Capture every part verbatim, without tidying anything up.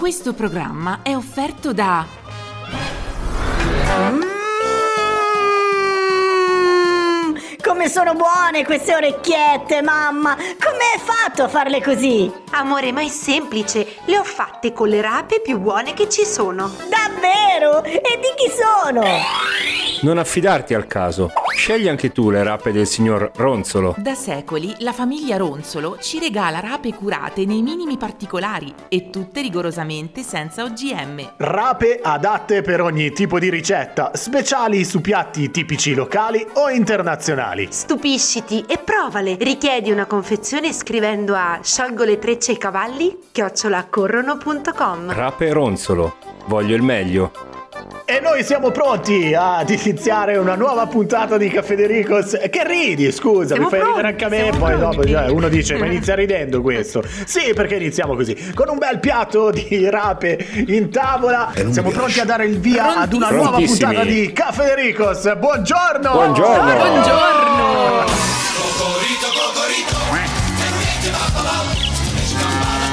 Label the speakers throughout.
Speaker 1: Questo programma è offerto da...
Speaker 2: Mm, come sono buone queste orecchiette, mamma! Come hai fatto a farle così?
Speaker 3: Amore, ma è semplice. Le ho fatte con le rape più buone che ci sono.
Speaker 2: Davvero? E di chi sono?
Speaker 4: Non affidarti al caso. Scegli anche tu le rape del signor Ronzolo.
Speaker 1: Da secoli la famiglia Ronzolo ci regala rape curate nei minimi particolari e tutte rigorosamente senza O G M.
Speaker 5: Rape adatte per ogni tipo di ricetta, speciali su piatti tipici locali o internazionali.
Speaker 3: Stupisciti e provale. Richiedi una confezione scrivendo a sciolgo le trecce ai cavalli chiocciola corrono punto com.
Speaker 4: Rape Ronzolo. Voglio il meglio.
Speaker 5: E noi siamo pronti ad iniziare una nuova puntata di Cafedericos. Che ridi, scusa,
Speaker 3: Siamo
Speaker 5: mi fai
Speaker 3: pronti,
Speaker 5: ridere anche a me.
Speaker 3: siamo
Speaker 5: Poi
Speaker 3: pronti.
Speaker 5: dopo cioè, uno dice, ma inizia ridendo questo. Sì, perché iniziamo così, con un bel piatto di rape in tavola. Siamo pronti a dare il via ad una nuova
Speaker 4: Prontissimi.
Speaker 5: puntata di Cafedericos. Buongiorno!
Speaker 4: Buongiorno!
Speaker 1: Buongiorno!
Speaker 6: Cocorito, cocorito, e niente va papà, e ci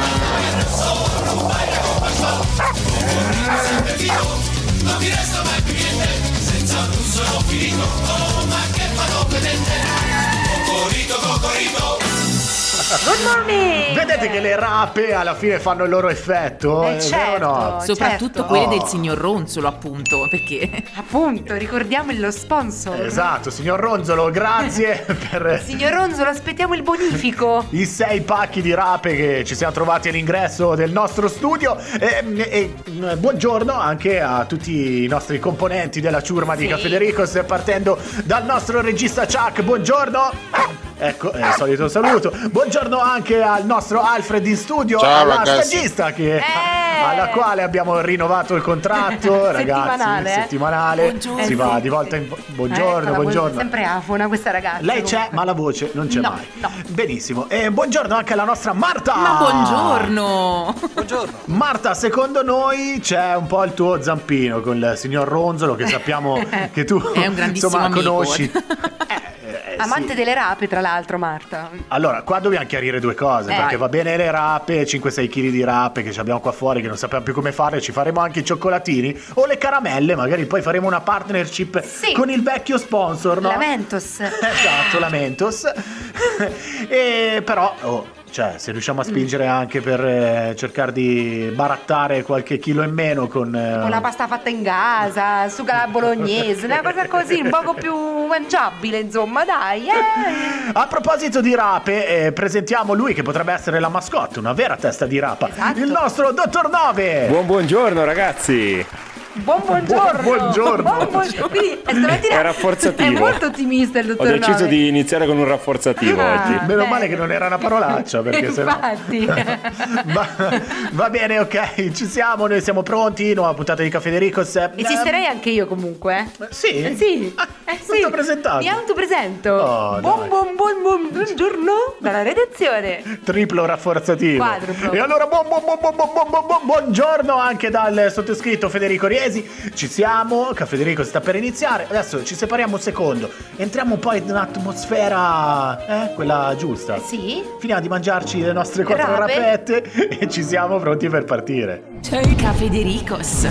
Speaker 6: non mi resta mai più niente, senza un sono finito, oh ma che fanno vedente, cocorito, cocorito.
Speaker 3: Good morning!
Speaker 5: Vedete che le rape alla fine fanno il loro effetto?
Speaker 3: Eh,
Speaker 5: È
Speaker 3: certo.
Speaker 5: vero o no?
Speaker 1: Soprattutto
Speaker 3: certo.
Speaker 1: quelle
Speaker 5: Oh.
Speaker 1: del signor Ronzolo, appunto, perché...
Speaker 3: Appunto, ricordiamo lo sponsor.
Speaker 5: Esatto, signor Ronzolo, grazie per
Speaker 3: Signor Ronzolo, aspettiamo il bonifico.
Speaker 5: i sei pacchi di rape che ci siamo trovati all'ingresso del nostro studio. E, e, e buongiorno anche a tutti i nostri componenti della ciurma di
Speaker 3: Sì.
Speaker 5: Cafedericos, partendo dal nostro regista Chuck. Buongiorno. Ecco, è il solito saluto. Buongiorno anche al nostro Alfred in studio,
Speaker 7: Ciao,
Speaker 5: alla
Speaker 7: ragazzi.
Speaker 5: stagista che,
Speaker 3: Eh.
Speaker 5: alla quale abbiamo rinnovato il contratto, ragazzi,
Speaker 3: Settimanale, eh.
Speaker 5: settimanale.
Speaker 1: Buongiorno.
Speaker 5: Si va di volta in buongiorno,
Speaker 3: Eccola,
Speaker 5: buongiorno.
Speaker 3: Sempre afona questa ragazza.
Speaker 5: Lei c'è,
Speaker 3: comunque.
Speaker 5: ma la voce non c'è
Speaker 3: No,
Speaker 5: mai.
Speaker 3: no.
Speaker 5: Benissimo. E buongiorno anche alla nostra Marta.
Speaker 1: Ma buongiorno!
Speaker 5: Marta, secondo noi c'è un po' il tuo zampino con il signor Ronzolo, che sappiamo che tu
Speaker 1: È un grandissimo
Speaker 5: insomma
Speaker 1: amico.
Speaker 5: conosci. Eh, eh,
Speaker 3: Amante
Speaker 5: sì.
Speaker 3: delle rape, tra l'altro, Marta.
Speaker 5: Allora, qua dobbiamo chiarire due cose,
Speaker 3: Eh.
Speaker 5: perché va bene le rape, cinque sei chili di rape che ci abbiamo qua fuori, che non sappiamo più come fare, ci faremo anche i cioccolatini o le caramelle, magari poi faremo una partnership
Speaker 3: Sì.
Speaker 5: con il vecchio sponsor, no?
Speaker 3: La Mentos.
Speaker 5: Esatto, la Mentos. E però, oh, cioè, se riusciamo a spingere anche per eh, cercare di barattare qualche chilo in meno con... eh,
Speaker 3: Con la pasta fatta in casa, suga alla bolognese, una cosa così, un poco più mangiabile, insomma, dai, eh.
Speaker 5: A proposito di rape, eh, presentiamo lui che potrebbe essere la mascotte, una vera testa di rapa,
Speaker 3: Esatto.
Speaker 5: il nostro Dottor Nove.
Speaker 4: Buon buongiorno ragazzi.
Speaker 3: Buon buongiorno.
Speaker 5: Buon buongiorno.
Speaker 3: Buon buon- Quindi stamattina
Speaker 4: È rafforzativo.
Speaker 3: È molto ottimista il
Speaker 4: Ho
Speaker 3: dottor
Speaker 4: deciso
Speaker 3: Nove.
Speaker 4: di iniziare con un rafforzativo
Speaker 3: Ah.
Speaker 4: oggi.
Speaker 5: Meno
Speaker 3: bene.
Speaker 5: male che non era una parolaccia, perché sennò...
Speaker 3: Infatti.
Speaker 5: va, va bene, ok, ci siamo, noi siamo pronti, nuova puntata di Cafedericos.
Speaker 3: Esisterei anche io comunque.
Speaker 5: Eh, Sì?
Speaker 3: Eh, sì.
Speaker 5: Ah,
Speaker 3: Eh,
Speaker 5: non
Speaker 3: sì.
Speaker 5: t'ho presentato.
Speaker 3: Mi autopresento.
Speaker 5: Oh,
Speaker 3: buon,
Speaker 5: dai.
Speaker 3: buon buon buon buongiorno dalla redazione.
Speaker 5: Triplo rafforzativo.
Speaker 3: Quadruplo.
Speaker 5: E allora buon, buon, buon, buon, buon, buon, buon, buon, buongiorno anche dal sottoscritto Federico Riesi. Ci siamo, Cafederico sta per iniziare. Adesso ci separiamo un secondo, entriamo un po' in un'atmosfera, eh, quella giusta.
Speaker 3: Sì.
Speaker 5: Finiamo di mangiarci le nostre quattro
Speaker 3: Rape.
Speaker 5: rapette e ci siamo pronti per partire.
Speaker 1: Cafedericos.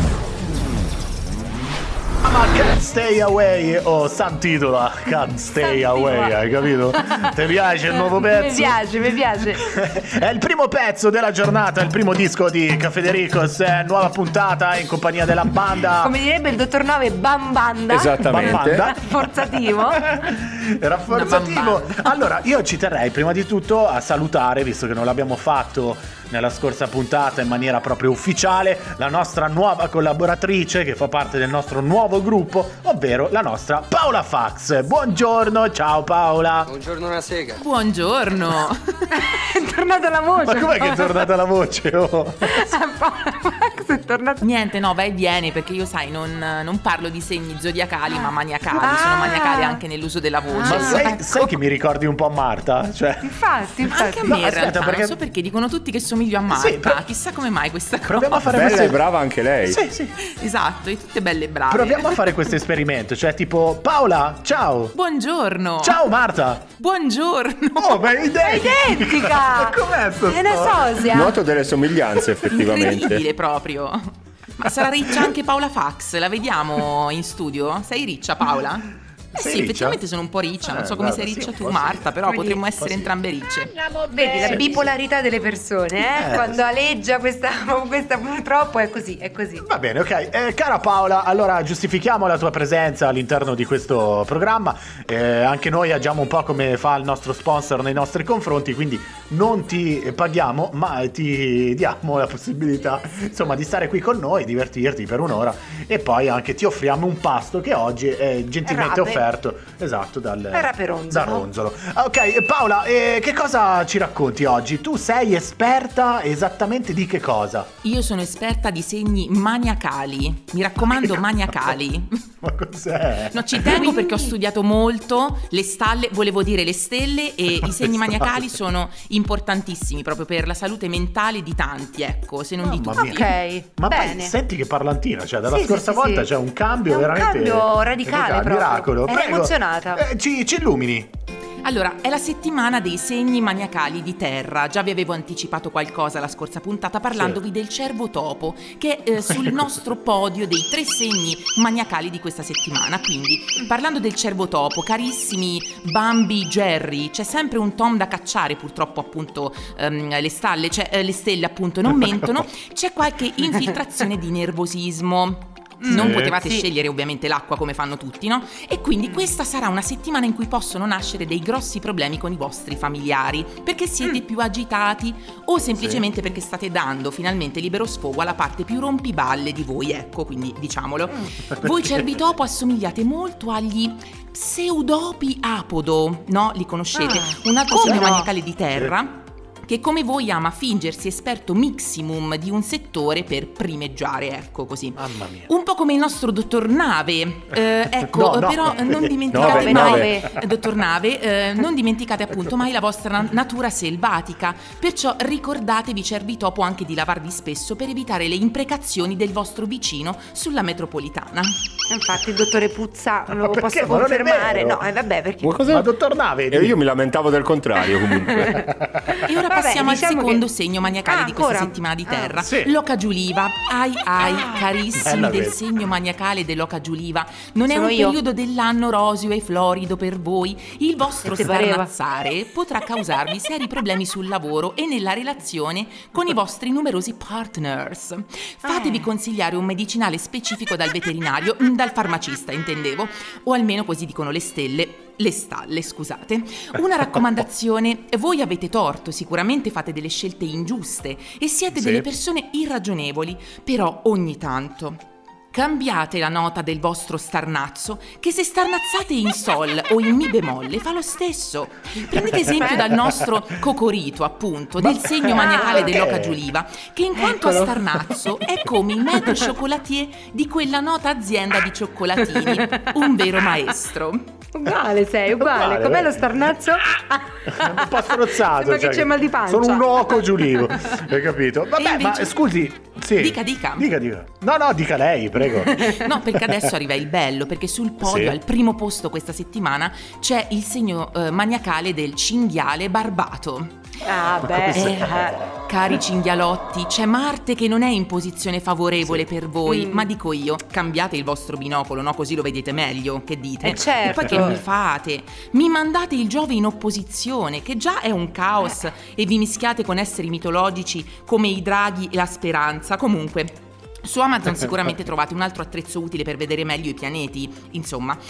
Speaker 5: Ma Can't Stay Away, oh, san titola, Can't Stay Away, hai capito? Ti piace il nuovo pezzo?
Speaker 3: Mi piace, mi piace.
Speaker 5: È il primo pezzo della giornata, il primo disco di Cafedericos, è nuova puntata in compagnia della banda.
Speaker 3: Come direbbe il dottor Nove, bambanda.
Speaker 4: Esattamente.
Speaker 5: Bambanda.
Speaker 3: Rafforzativo.
Speaker 5: Rafforzativo. Allora, io ci terrei prima di tutto a salutare, visto che non l'abbiamo fatto nella scorsa puntata in maniera proprio ufficiale, la nostra nuova collaboratrice che fa parte del nostro nuovo gruppo, ovvero la nostra Paola Fax. Buongiorno, ciao Paola.
Speaker 7: Buongiorno una sega.
Speaker 1: Buongiorno.
Speaker 3: È tornata la voce.
Speaker 5: Ma com'è che è tornata la voce? Oh?
Speaker 3: Paola Fax Sei tornato.
Speaker 1: Niente, no, vai e vieni, perché io sai, non, non parlo di segni zodiacali, ma maniacali.
Speaker 3: Ah.
Speaker 1: Sono maniacali anche nell'uso della voce.
Speaker 5: Ma sai,
Speaker 3: ecco.
Speaker 5: sai che mi ricordi un po' Marta? Cioè,
Speaker 3: Infatti, infatti.
Speaker 1: Anche a me
Speaker 5: No,
Speaker 1: in
Speaker 5: aspetta,
Speaker 1: realtà,
Speaker 5: perché-
Speaker 1: non so perché dicono tutti che somiglio a Marta.
Speaker 5: Sì, però-
Speaker 1: Chissà come mai questa cosa.
Speaker 5: proviamo a fare
Speaker 4: Bella
Speaker 5: questo.
Speaker 4: e brava anche lei.
Speaker 5: Sì, sì.
Speaker 1: Esatto, e tutte belle e brave.
Speaker 5: Proviamo a fare questo esperimento, cioè tipo Paola, ciao.
Speaker 1: Buongiorno.
Speaker 5: Ciao Marta.
Speaker 1: Buongiorno.
Speaker 5: Oh, ma è
Speaker 3: È identica.
Speaker 5: Com'è sto
Speaker 3: È una
Speaker 5: storia?
Speaker 3: sosia.
Speaker 4: Noto delle somiglianze effettivamente.
Speaker 1: Incredibile proprio. Ma sarà riccia anche Paola Fax? La vediamo in studio? Sei riccia, Paola? Eh
Speaker 5: Sei
Speaker 1: sì,
Speaker 5: riccia?
Speaker 1: effettivamente sono un po' riccia, non
Speaker 5: Eh,
Speaker 1: so come
Speaker 5: guarda,
Speaker 1: sei
Speaker 5: sì,
Speaker 1: riccia
Speaker 5: un
Speaker 1: tu,
Speaker 5: po' sì.
Speaker 1: Marta, però
Speaker 3: Quindi-
Speaker 1: potremmo essere
Speaker 5: sì.
Speaker 1: entrambe ricce.
Speaker 3: Vedi la bipolarità delle persone, eh?
Speaker 5: Eh,
Speaker 3: Quando
Speaker 5: sì.
Speaker 3: aleggia questa, questa purtroppo è così, è così.
Speaker 5: Va bene, ok. Eh, cara Paola, allora giustifichiamo la tua presenza all'interno di questo programma. Eh, anche noi agiamo un po' come fa il nostro sponsor nei nostri confronti, quindi non ti paghiamo, ma ti diamo la possibilità, insomma, di stare qui con noi, divertirti per un'ora e poi anche ti offriamo un pasto che oggi è gentilmente
Speaker 3: Rape.
Speaker 5: offerto, esatto, dal
Speaker 3: Rape Ronzolo.
Speaker 5: da Ronzolo. Ok, Paola, eh, che cosa ci racconti oggi? Tu sei esperta esattamente di che cosa?
Speaker 1: Io sono esperta di segni maniacali. Mi raccomando, maniacali.
Speaker 5: Ma cos'è?
Speaker 1: No, ci tengo perché ho studiato molto le stalle, volevo dire le stelle, e i segni maniacali sono importantissimi proprio per la salute mentale di tanti, ecco, se non di
Speaker 5: Mamma
Speaker 1: tutti.
Speaker 5: mia.
Speaker 3: Ok,
Speaker 5: Ma
Speaker 3: bene.
Speaker 5: poi senti che parlantina, cioè dalla
Speaker 3: Sì,
Speaker 5: scorsa
Speaker 3: sì, sì,
Speaker 5: volta
Speaker 3: sì.
Speaker 5: c'è un cambio
Speaker 3: È un
Speaker 5: veramente
Speaker 3: cambio radicale proprio.
Speaker 5: miracolo.
Speaker 3: Ero
Speaker 5: Prego.
Speaker 3: emozionata.
Speaker 5: Eh, ci, ci illumini.
Speaker 1: Allora, è la settimana dei segni maniacali di terra. Già vi avevo anticipato qualcosa la scorsa puntata parlandovi
Speaker 5: Sì.
Speaker 1: del cervo topo, che è eh, sul nostro podio dei tre segni maniacali di questa settimana. Quindi, parlando del cervo topo, carissimi Bambi Jerry, c'è sempre un Tom da cacciare, purtroppo appunto ehm, le stalle, cioè eh, le stelle appunto non mentono, c'è qualche infiltrazione di nervosismo. Non
Speaker 5: Sì.
Speaker 1: potevate
Speaker 3: Sì.
Speaker 1: scegliere ovviamente l'acqua come fanno tutti, no? E quindi questa sarà una settimana in cui possono nascere dei grossi problemi con i vostri familiari, perché siete più agitati o semplicemente perché state dando finalmente libero sfogo alla parte più rompiballe di voi, ecco, quindi diciamolo. Voi cervitopo assomigliate molto agli pseudopi apodo, no? Li conoscete?
Speaker 3: Ah,
Speaker 1: Un altro
Speaker 3: come
Speaker 1: segno
Speaker 3: no?
Speaker 1: maniacale di terra che come voi ama fingersi esperto maximum di un settore per primeggiare, ecco così.
Speaker 5: Mamma mia.
Speaker 1: Un po' come il nostro dottor Nave, eh, ecco,
Speaker 5: No, no.
Speaker 1: però eh, non dimenticate
Speaker 4: Nove,
Speaker 1: mai,
Speaker 3: nove.
Speaker 1: eh, dottor Nave, eh, non dimenticate appunto mai la vostra na- natura selvatica, perciò ricordatevi cervitopo anche di lavarvi spesso per evitare le imprecazioni del vostro vicino sulla metropolitana.
Speaker 3: Infatti il dottore Puzza lo
Speaker 5: perché?
Speaker 3: posso
Speaker 5: Ma non è
Speaker 3: confermare.
Speaker 5: vero.
Speaker 3: No, eh, vabbè, perché
Speaker 4: Ma cosa?
Speaker 5: Ma dottor Nave,
Speaker 4: E io mi lamentavo del contrario comunque.
Speaker 1: E ora
Speaker 3: Vabbè,
Speaker 1: passiamo al
Speaker 3: diciamo
Speaker 1: secondo
Speaker 3: che-
Speaker 1: segno maniacale
Speaker 3: Ah,
Speaker 1: di questa
Speaker 3: ancora?
Speaker 1: settimana di
Speaker 3: Ah,
Speaker 1: terra.
Speaker 5: sì.
Speaker 1: L'oca giuliva. Ai ai, carissimi
Speaker 5: Bella
Speaker 1: del
Speaker 5: vedi.
Speaker 1: segno maniacale dell'oca giuliva. Non è
Speaker 3: Sono
Speaker 1: un
Speaker 3: io.
Speaker 1: periodo dell'anno roseo e florido per voi. Il vostro
Speaker 3: E ti pareva?
Speaker 1: starnazzare potrà causarvi seri problemi sul lavoro e nella relazione con i vostri numerosi partners. Fatevi
Speaker 3: Eh.
Speaker 1: consigliare un medicinale specifico dal veterinario, mm, dal farmacista intendevo, o almeno così dicono le stelle. Le stalle, scusate. Una raccomandazione: voi avete torto, sicuramente fate delle scelte ingiuste e siete
Speaker 5: Sì.
Speaker 1: delle persone irragionevoli, però ogni tanto cambiate la nota del vostro starnazzo, che se starnazzate in sol o in mi bemolle fa lo stesso. Prendete esempio dal nostro cocorito, appunto, del segno maniacale
Speaker 5: perché?
Speaker 1: dell'oca giuliva, che in quanto a starnazzo è come il maître chocolatier di quella nota azienda di cioccolatini, un vero maestro.
Speaker 3: uguale sei, uguale.
Speaker 5: Uguale,
Speaker 3: Com'è
Speaker 5: vedi?
Speaker 3: lo starnazzo?
Speaker 5: un po' strozzato.
Speaker 3: Sembra che c'è mal di pancia.
Speaker 5: Sono un oco giulivo. Hai capito? Vabbè,
Speaker 1: E invece-
Speaker 5: ma scusi. Sì.
Speaker 1: Dica, dica.
Speaker 5: Dica, dica. No, no, dica lei, prego.
Speaker 1: No, perché adesso arriva il bello, perché sul podio,
Speaker 5: Sì.
Speaker 1: al primo posto questa settimana, c'è il segno eh, maniacale del cinghiale barbato.
Speaker 3: Ah, beh.
Speaker 1: Eh, cari cinghialotti, c'è Marte che non è in posizione favorevole per voi,
Speaker 3: Mm.
Speaker 1: ma dico io, cambiate il vostro binocolo, no? Così lo vedete meglio, che dite?
Speaker 3: Eh, certo.
Speaker 1: E poi che mi fate? Mi mandate il Giove in opposizione, che già è un caos, e vi mischiate con esseri mitologici come i draghi e la speranza. Comunque, su Amazon sicuramente trovate un altro attrezzo utile per vedere meglio i pianeti. Insomma,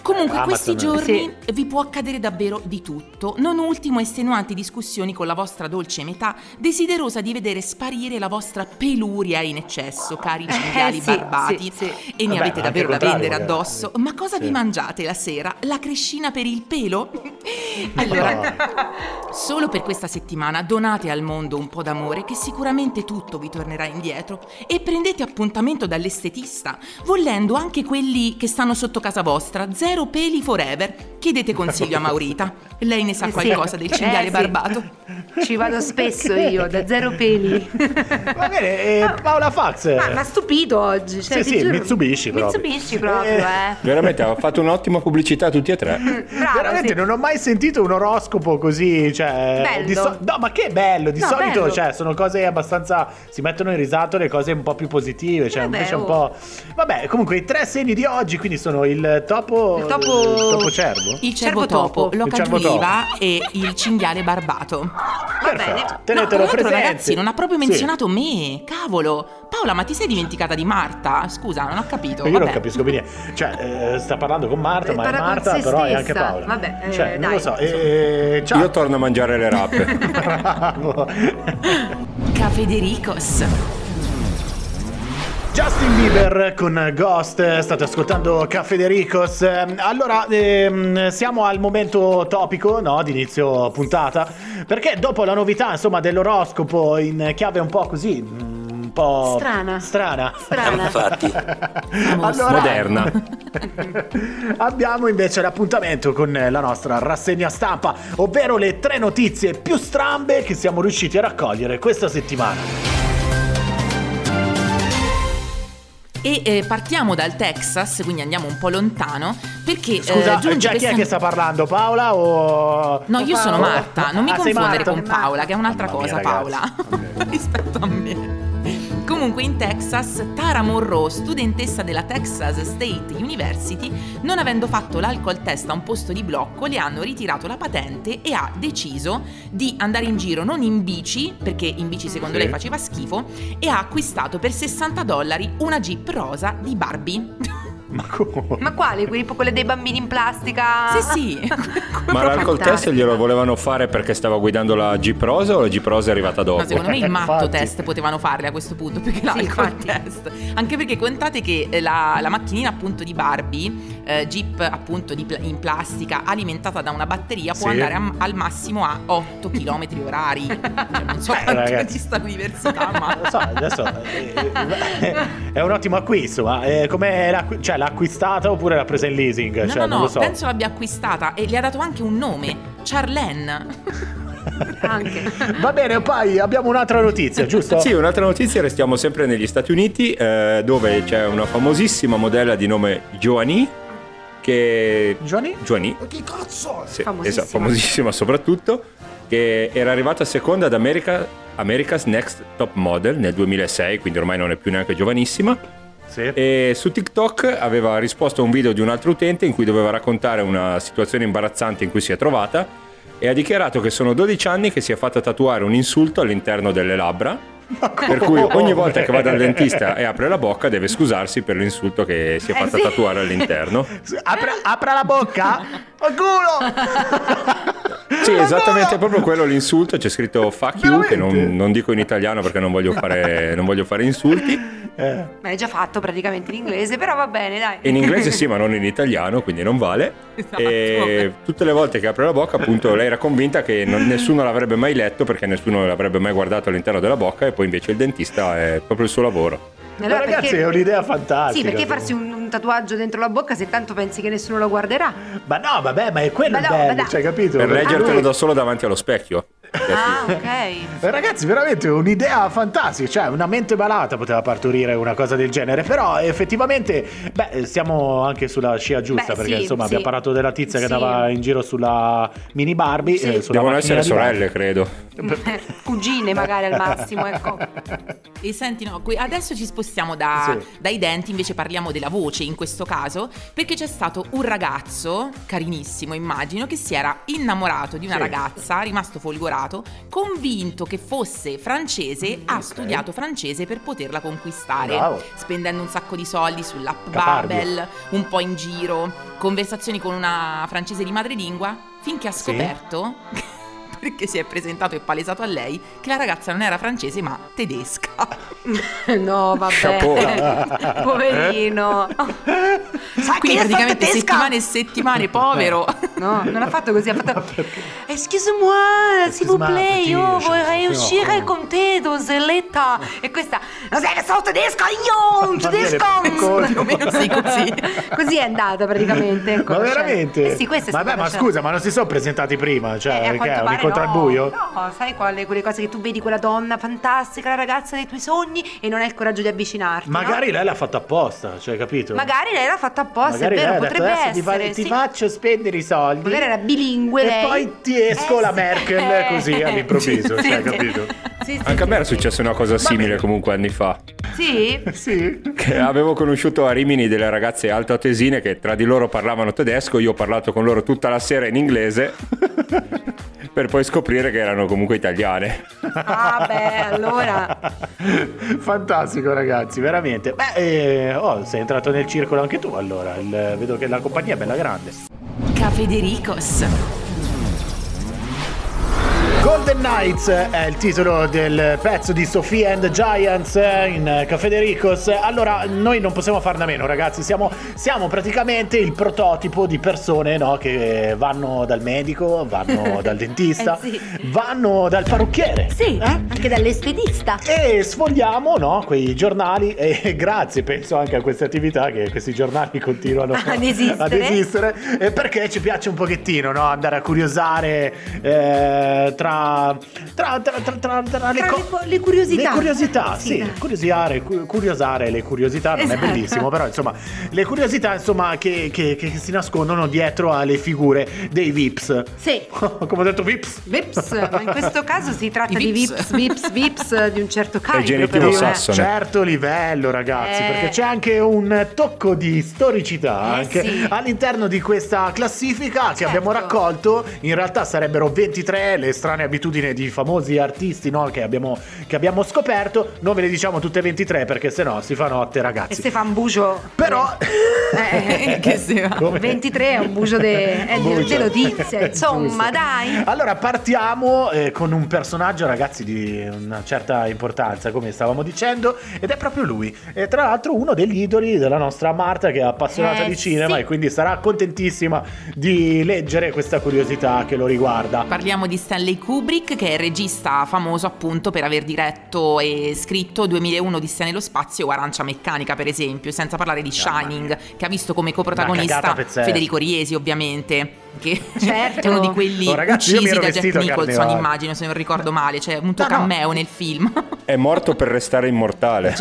Speaker 1: Comunque
Speaker 5: Eh,
Speaker 1: questi
Speaker 5: Amazon.
Speaker 1: giorni vi può accadere davvero di tutto, non ultimo estenuanti discussioni con la vostra dolce metà, desiderosa di vedere sparire la vostra peluria in eccesso, cari cinghiali
Speaker 3: sì,
Speaker 1: barbati,
Speaker 3: sì, sì.
Speaker 1: e ne
Speaker 5: Vabbè,
Speaker 1: avete
Speaker 5: anche
Speaker 1: davvero da
Speaker 5: il contrario,
Speaker 1: vendere
Speaker 5: magari.
Speaker 1: addosso. Ma cosa
Speaker 5: Sì.
Speaker 1: vi mangiate la sera? La crescina per il pelo? Allora, solo per questa settimana donate al mondo un po' d'amore, che sicuramente tutto vi tornerà indietro, e prendete appuntamento dall'estetista, volendo anche quelli che stanno sotto casa vostra. Zero peli forever. Chiedete consiglio a Maurita, lei ne sa
Speaker 3: Sì.
Speaker 1: qualcosa del cinghiale
Speaker 3: Eh, sì.
Speaker 1: barbato.
Speaker 3: Ci vado spesso io, da zero peli.
Speaker 5: Va bene, eh, Paola Fax.
Speaker 3: Ma mi ha stupito oggi. Cioè,
Speaker 5: Sì,
Speaker 3: ti
Speaker 5: sì,
Speaker 3: giuro.
Speaker 5: Mitsubishi proprio.
Speaker 3: Mitsubishi proprio,
Speaker 5: Eh,
Speaker 3: eh.
Speaker 4: Veramente ha fatto un'ottima pubblicità tutti e tre.
Speaker 3: Bravo,
Speaker 5: Veramente
Speaker 3: sì.
Speaker 5: non ho mai sentito un oroscopo così, cioè
Speaker 3: Bello.
Speaker 5: di so- no, ma che bello, di
Speaker 3: No,
Speaker 5: solito
Speaker 3: bello.
Speaker 5: cioè, sono cose abbastanza, si mettono in risalto le cose un po' più positive, cioè
Speaker 3: Vabbè,
Speaker 5: invece un
Speaker 3: oh.
Speaker 5: po'. Vabbè, comunque i tre segni di oggi quindi sono il topo
Speaker 3: Il topo-
Speaker 5: il topo cervo.
Speaker 1: Il
Speaker 3: Cervo
Speaker 1: cervo topo,
Speaker 3: topo.
Speaker 1: l'oca
Speaker 5: Il cervo
Speaker 1: giuliva e il cinghiale barbato.
Speaker 3: Va bene.
Speaker 1: No,
Speaker 5: Tenetelo
Speaker 1: tra l'altro,
Speaker 5: presente.
Speaker 1: ragazzi, non ha proprio
Speaker 5: Sì.
Speaker 1: menzionato me. Cavolo. Paola, ma ti sei dimenticata di Marta? Scusa, non ho capito.
Speaker 5: Io
Speaker 1: Vabbè.
Speaker 5: non capisco bene. Cioè, eh, sta parlando con Marta,
Speaker 3: Eh,
Speaker 5: ma è
Speaker 3: parla con
Speaker 5: Marta,
Speaker 3: se
Speaker 5: però è anche
Speaker 3: stessa.
Speaker 5: Paola.
Speaker 3: Vabbè, eh,
Speaker 5: cioè, non
Speaker 3: dai.
Speaker 5: lo so. Eh, ciao.
Speaker 4: Io torno a mangiare le rape.
Speaker 5: Bravo.
Speaker 1: Cafedericos.
Speaker 5: Justin Bieber con Ghost, state ascoltando Cafedericos. Eh, Allora, ehm, siamo al momento topico, no, di inizio puntata, perché dopo la novità, insomma, dell'oroscopo in chiave un po' così, mm, un po'
Speaker 3: Strana.
Speaker 5: strana.
Speaker 3: Strana.
Speaker 4: Infatti,
Speaker 5: Allora,
Speaker 4: moderna.
Speaker 5: abbiamo invece l'appuntamento con la nostra rassegna stampa, ovvero le tre notizie più strambe che siamo riusciti a raccogliere questa settimana.
Speaker 1: E eh, partiamo dal Texas, quindi andiamo un po' lontano, perché
Speaker 5: Scusa,
Speaker 1: eh, giunge
Speaker 5: già chi
Speaker 1: questa...
Speaker 5: è che sta parlando? Paola o...
Speaker 1: No, io sono Marta, non mi
Speaker 5: Ah, sei
Speaker 1: confondere
Speaker 5: Marta?
Speaker 1: con Paola, che è un'altra
Speaker 5: Mamma mia,
Speaker 1: cosa, Paola, rispetto a me. Comunque in Texas, Tara Monroe, studentessa della Texas State University, non avendo fatto l'alcol test a un posto di blocco, le hanno ritirato la patente e ha deciso di andare in giro non in bici, perché in bici secondo
Speaker 5: Sì.
Speaker 1: lei faceva schifo, e ha acquistato per sessanta dollari una Jeep rosa di Barbie.
Speaker 5: Ma come?
Speaker 3: Ma quali? Quelli, quelle dei bambini in plastica?
Speaker 1: Sì, sì.
Speaker 4: Ma l'alcol test glielo volevano fare perché stava guidando la Jeep Rosa o la Jeep Rosa è arrivata dopo?
Speaker 1: No, secondo me il matto
Speaker 5: Infatti.
Speaker 1: test potevano farle a questo punto, perché l'alcol
Speaker 3: infatti.
Speaker 1: test. Anche perché contate che eh, la, la macchinina appunto di Barbie, eh, Jeep appunto di pla- in plastica, alimentata da una batteria, può
Speaker 5: Sì.
Speaker 1: andare a- al massimo a otto chilometri orari. Cioè, non so
Speaker 5: Beh,
Speaker 1: quanto
Speaker 5: ragazzi.
Speaker 1: dista l'università, ma...
Speaker 5: Lo so, adesso eh, è un ottimo acquisto, ma eh, come l'ha, cioè, l'ha acquistata oppure l'ha presa in leasing?
Speaker 1: No,
Speaker 5: cioè,
Speaker 1: no,
Speaker 5: non
Speaker 1: no,
Speaker 5: lo so.
Speaker 1: penso l'abbia acquistata e le ha dato anche un nome, Charlene.
Speaker 3: Anche.
Speaker 5: Va bene, poi abbiamo un'altra notizia, giusto?
Speaker 4: Sì, un'altra notizia, restiamo sempre negli Stati Uniti, eh, dove c'è una famosissima modella di nome Joanie, che...
Speaker 5: Johnny?
Speaker 4: Joanie?
Speaker 5: Che cazzo?
Speaker 4: Sì,
Speaker 3: Famosissima.
Speaker 4: esatto, famosissima soprattutto, che era arrivata seconda ad America, America's Next Top Model nel duemilasei, quindi ormai non è più neanche giovanissima.
Speaker 5: Sì.
Speaker 4: E su TikTok aveva risposto a un video di un altro utente in cui doveva raccontare una situazione imbarazzante in cui si è trovata e ha dichiarato che sono dodici anni che si è fatta tatuare un insulto all'interno delle labbra, per cui ogni volta che va dal dentista e apre la bocca deve scusarsi per l'insulto che si è fatta
Speaker 3: sì.
Speaker 4: tatuare all'interno.
Speaker 5: Apra, apra la bocca! Oh, culo!
Speaker 4: Sì, esattamente, proprio quello l'insulto, c'è scritto fuck you, che non,
Speaker 5: Veramente?
Speaker 4: non dico in italiano perché non voglio fare, non voglio fare insulti.
Speaker 5: Eh.
Speaker 3: Ma è già fatto praticamente in inglese, però va bene, dai.
Speaker 4: In inglese sì, ma non in italiano, quindi non vale.
Speaker 1: Esatto.
Speaker 4: E tutte le volte che apre la bocca, appunto, lei era convinta che non- nessuno l'avrebbe mai letto perché nessuno l'avrebbe mai guardato all'interno della bocca, e poi invece il dentista è proprio il suo lavoro.
Speaker 3: Allora,
Speaker 5: Ma ragazzi,
Speaker 3: perché-
Speaker 5: è un'idea fantastica.
Speaker 3: Sì, perché farsi un, un tatuaggio dentro la bocca se tanto pensi che nessuno lo guarderà?
Speaker 5: Ma no, vabbè, ma è quello
Speaker 3: Ma
Speaker 5: il
Speaker 3: no, ma
Speaker 5: bello,
Speaker 3: dai.
Speaker 5: cioè, capito?
Speaker 4: Per
Speaker 5: Perché
Speaker 4: leggertelo
Speaker 5: lui-
Speaker 4: da solo davanti allo specchio.
Speaker 3: Ah, ok.
Speaker 5: Eh, Ragazzi, veramente un'idea fantastica, cioè una mente malata poteva partorire una cosa del genere, però effettivamente, beh, siamo anche sulla scia giusta,
Speaker 3: Beh,
Speaker 5: perché
Speaker 3: sì,
Speaker 5: insomma
Speaker 3: sì.
Speaker 5: abbiamo parlato della tizia che
Speaker 3: Sì.
Speaker 5: andava in giro sulla mini Barbie,
Speaker 3: Sì.
Speaker 5: eh, sulla
Speaker 4: Devono
Speaker 5: macchinina
Speaker 4: essere
Speaker 5: di Barbie.
Speaker 4: sorelle, credo.
Speaker 3: Cugine magari al massimo, ecco.
Speaker 1: E senti, no, qui adesso ci spostiamo da-
Speaker 5: Sì.
Speaker 1: dai denti, invece parliamo della voce in questo caso, perché c'è stato un ragazzo, carinissimo immagino, che si era innamorato di una
Speaker 5: Sì.
Speaker 1: ragazza, rimasto folgorato innamorato, convinto che fosse francese, ha
Speaker 5: Ok.
Speaker 1: studiato francese per poterla conquistare,
Speaker 5: Bravo.
Speaker 1: spendendo un sacco di soldi sull'app
Speaker 5: Caparbi.
Speaker 1: Babel, un po' in giro, conversazioni con una francese di madrelingua, finché ha
Speaker 5: Sì.
Speaker 1: scoperto, perché si è presentato e palesato a lei, che la ragazza non era francese ma tedesca.
Speaker 3: No,
Speaker 4: Chapeau.
Speaker 3: vabbè. Poverino.
Speaker 2: Sai che
Speaker 1: Quindi
Speaker 2: io sono
Speaker 1: praticamente
Speaker 2: tedesca?
Speaker 1: settimane e settimane, povero.
Speaker 3: No, non ha fatto così, ha fatto Excuse-moi, s'il vous
Speaker 5: Excuse-moi,
Speaker 3: plaît,
Speaker 5: petit,
Speaker 3: io
Speaker 5: je-
Speaker 3: vorrei
Speaker 5: je-
Speaker 3: uscire
Speaker 5: oh.
Speaker 3: con te dans l'età. E questa, non sai che sono tedesca, io, un
Speaker 5: Va bene,
Speaker 3: tedesco.
Speaker 5: ecco.
Speaker 1: Più o meno sì, così.
Speaker 3: Così è andata praticamente. ecco,
Speaker 5: Ma
Speaker 3: cioè.
Speaker 5: veramente?
Speaker 3: Eh sì, questo è
Speaker 5: Vabbè,
Speaker 3: stato
Speaker 5: ma
Speaker 3: lasciato.
Speaker 5: scusa, ma non si sono presentati prima? Cioè,
Speaker 3: Eh, a
Speaker 5: che
Speaker 3: quanto
Speaker 5: è un
Speaker 3: pare
Speaker 5: incontro
Speaker 3: no.
Speaker 5: al buio?
Speaker 3: No, sai quale, quelle cose che tu vedi quella donna fantastica, la ragazza dei tuoi sogni e non hai il coraggio di avvicinarti. no?
Speaker 5: Magari lei l'ha fatto apposta, cioè, capito?
Speaker 3: Magari lei l'ha fatto apposta,
Speaker 5: Magari
Speaker 3: è vero,
Speaker 5: lei ha detto,
Speaker 3: potrebbe
Speaker 5: "Adesso ti, fa-
Speaker 3: essere.
Speaker 5: ti
Speaker 3: sì.
Speaker 5: faccio spendere i soldi.
Speaker 3: Magari era bilingue
Speaker 5: E
Speaker 3: lei.
Speaker 5: poi ti esco
Speaker 3: Eh,
Speaker 5: la
Speaker 3: sì.
Speaker 5: Merkel
Speaker 3: Eh.
Speaker 5: così all'improvviso,
Speaker 3: Sì,
Speaker 5: cioè,
Speaker 3: sì.
Speaker 5: capito?
Speaker 3: Sì, sì,
Speaker 4: Anche a me era
Speaker 3: sì.
Speaker 4: successa una cosa simile
Speaker 5: bene.
Speaker 4: comunque anni fa.
Speaker 3: Sì?
Speaker 5: Sì.
Speaker 4: Che avevo conosciuto a Rimini delle ragazze altoatesine che tra di loro parlavano tedesco, io ho parlato con loro tutta la sera in inglese per poi scoprire che erano comunque italiane.
Speaker 3: Ah beh, allora.
Speaker 5: Fantastico, ragazzi, veramente. Beh, eh, oh, sei entrato nel circolo anche tu allora. Il- vedo che la compagnia è bella grande.
Speaker 1: Cafedericos.
Speaker 5: Golden Knights è il titolo del pezzo di Sophie and the Giants in Cafedericos. Allora, noi non possiamo farne a meno, ragazzi. Siamo, siamo praticamente il prototipo di persone, no, che vanno dal medico, vanno dal dentista,
Speaker 3: Eh, sì.
Speaker 5: vanno dal parrucchiere.
Speaker 3: Sì,
Speaker 5: Eh?
Speaker 3: anche dall'estetista.
Speaker 5: E sfogliamo, no, quei giornali e grazie penso anche a queste attività che questi giornali continuano
Speaker 3: Ad esistere.
Speaker 5: ad esistere, eh, perché ci piace un pochettino, no, andare a curiosare eh, tra tra tra tra, tra, tra, tra le,
Speaker 3: Tra
Speaker 5: co-
Speaker 3: le- le curiosità.
Speaker 5: le curiosità,
Speaker 3: Sì,
Speaker 5: sì,
Speaker 3: dai.
Speaker 5: curiosare, cu- curiosare le curiosità non
Speaker 3: Esatto.
Speaker 5: è bellissimo, però insomma le curiosità insomma che, che, che si nascondono dietro alle figure dei Vips.
Speaker 3: Sì.
Speaker 5: Come ho detto Vips?
Speaker 3: Vips, ma in questo caso si tratta
Speaker 1: I
Speaker 3: di
Speaker 1: Vips.
Speaker 3: Vips, Vips, Vips di un certo calibro.
Speaker 4: genitivo
Speaker 3: però, eh.
Speaker 4: sassone.
Speaker 5: Certo livello, ragazzi,
Speaker 3: Eh.
Speaker 5: perché c'è anche un tocco di storicità
Speaker 3: Eh,
Speaker 5: anche
Speaker 3: sì.
Speaker 5: all'interno di questa classifica che
Speaker 3: Certo.
Speaker 5: abbiamo raccolto. In realtà sarebbero ventitré le strane abitudini di famosi artisti, no, che abbiamo, che abbiamo scoperto. Non ve le diciamo tutte e ventitré perché sennò si fa notte,
Speaker 3: E
Speaker 5: ragazzi.
Speaker 3: se fa un bucio.
Speaker 5: Però
Speaker 3: Eh,
Speaker 1: Che si va?
Speaker 5: Come?
Speaker 3: ventitré è un bucio de, è di-
Speaker 5: Bucio.
Speaker 3: di notizie, insomma,
Speaker 5: Giusto.
Speaker 3: dai.
Speaker 5: Allora partiamo eh, con un personaggio, ragazzi, di una certa importanza, come stavamo dicendo, ed è proprio lui. E tra l'altro uno degli idoli della nostra Marta, che è appassionata
Speaker 3: Eh,
Speaker 5: di cinema,
Speaker 3: sì.
Speaker 5: e quindi sarà contentissima di leggere questa curiosità che lo riguarda.
Speaker 1: Parliamo di Stanley Kubrick, che è il regista famoso appunto per aver diretto e scritto duemilauno Odissea nello spazio o Arancia Meccanica, per esempio, senza parlare di
Speaker 5: Mamma
Speaker 1: Shining, che ha visto come
Speaker 5: Una
Speaker 1: coprotagonista
Speaker 5: cagata pazzesca.
Speaker 1: Federico Riesi, ovviamente, che
Speaker 3: Certo.
Speaker 1: è uno di quelli
Speaker 5: Oh, ragazzi, io mi
Speaker 1: uccisi
Speaker 5: ero
Speaker 1: da Jack
Speaker 5: vestito a
Speaker 1: Nicholson,
Speaker 5: Carnevale.
Speaker 1: immagino, se non ricordo male, c'è un tuo
Speaker 5: No, no.
Speaker 1: cameo nel film.
Speaker 4: È morto per restare immortale.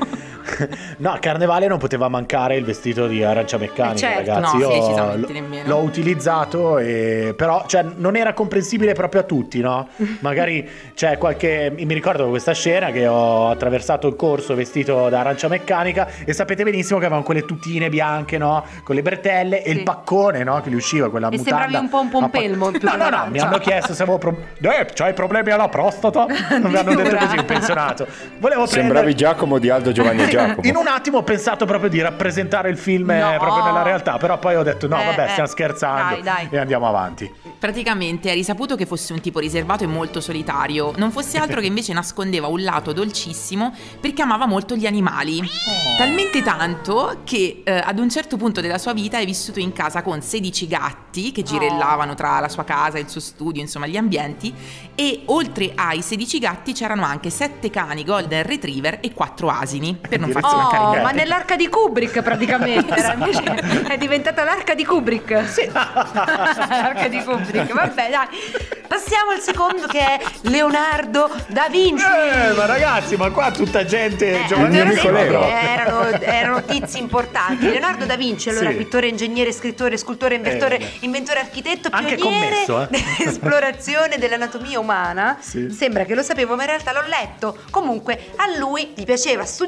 Speaker 5: No, a Carnevale non poteva mancare il vestito di Arancia Meccanica,
Speaker 3: Eh, certo.
Speaker 5: ragazzi.
Speaker 1: No,
Speaker 5: Io
Speaker 1: sì, decisamente
Speaker 5: l-
Speaker 1: nemmeno.
Speaker 5: l'ho utilizzato, e... però cioè, non era comprensibile proprio a tutti, no? Magari c'è qualche... Mi ricordo questa scena che ho attraversato il corso vestito da Arancia Meccanica e sapete benissimo che avevano quelle tutine bianche, no? Con le bretelle e
Speaker 3: Sì.
Speaker 5: il paccone, no? Che gli usciva, quella
Speaker 3: E
Speaker 5: mutanda.
Speaker 3: sembravi un po' un pompelmo, più
Speaker 5: No,
Speaker 3: che
Speaker 5: no, no,
Speaker 3: un'arancia.
Speaker 5: mi hanno chiesto se avevo problemi. Eh, c'hai problemi alla prostata? Non mi hanno detto
Speaker 3: Addirittura.
Speaker 5: così, un pensionato. Volevo
Speaker 4: Sembravi
Speaker 5: prendere...
Speaker 4: Giacomo di Aldo Giovanni e Giacomo.
Speaker 5: In un attimo ho pensato proprio di rappresentare il film eh,
Speaker 3: No.
Speaker 5: proprio nella realtà, però poi ho detto no,
Speaker 3: Eh,
Speaker 5: vabbè,
Speaker 3: eh.
Speaker 5: stiamo scherzando
Speaker 3: Dai, dai.
Speaker 5: e andiamo avanti.
Speaker 1: Praticamente è risaputo che fosse un tipo riservato e molto solitario, non fosse altro che invece nascondeva un lato dolcissimo perché amava molto gli animali. Talmente tanto che eh, ad un certo punto della sua vita è vissuto in casa con sedici gatti che girellavano tra la sua casa e il suo studio, insomma gli ambienti, e oltre ai sedici gatti c'erano anche sette cani golden retriever e quattro asini, per non farsi mancare
Speaker 3: Oh,
Speaker 1: niente.
Speaker 3: ma nell'arca di Kubrick praticamente era, invece è diventata l'arca di Kubrick. Sì. L'arca di Kubrick. Vabbè, dai. Passiamo al secondo, che è Leonardo da Vinci.
Speaker 5: Eh, ma ragazzi, ma qua tutta gente
Speaker 3: Eh,
Speaker 5: giovanile.
Speaker 4: mio
Speaker 3: te l'ho
Speaker 4: amico
Speaker 3: detto
Speaker 4: Leo.
Speaker 3: che erano, erano tizi importanti. Leonardo da Vinci, allora,
Speaker 5: Sì.
Speaker 3: pittore, ingegnere, scrittore, scultore, inventore,
Speaker 5: Eh,
Speaker 3: inventore, architetto,
Speaker 5: anche
Speaker 3: pioniere
Speaker 5: commesso, eh.
Speaker 3: dell'esplorazione dell'anatomia umana.
Speaker 5: Sì.
Speaker 3: Sembra che lo sapevo, ma in realtà l'ho letto. Comunque, a lui gli piaceva studiare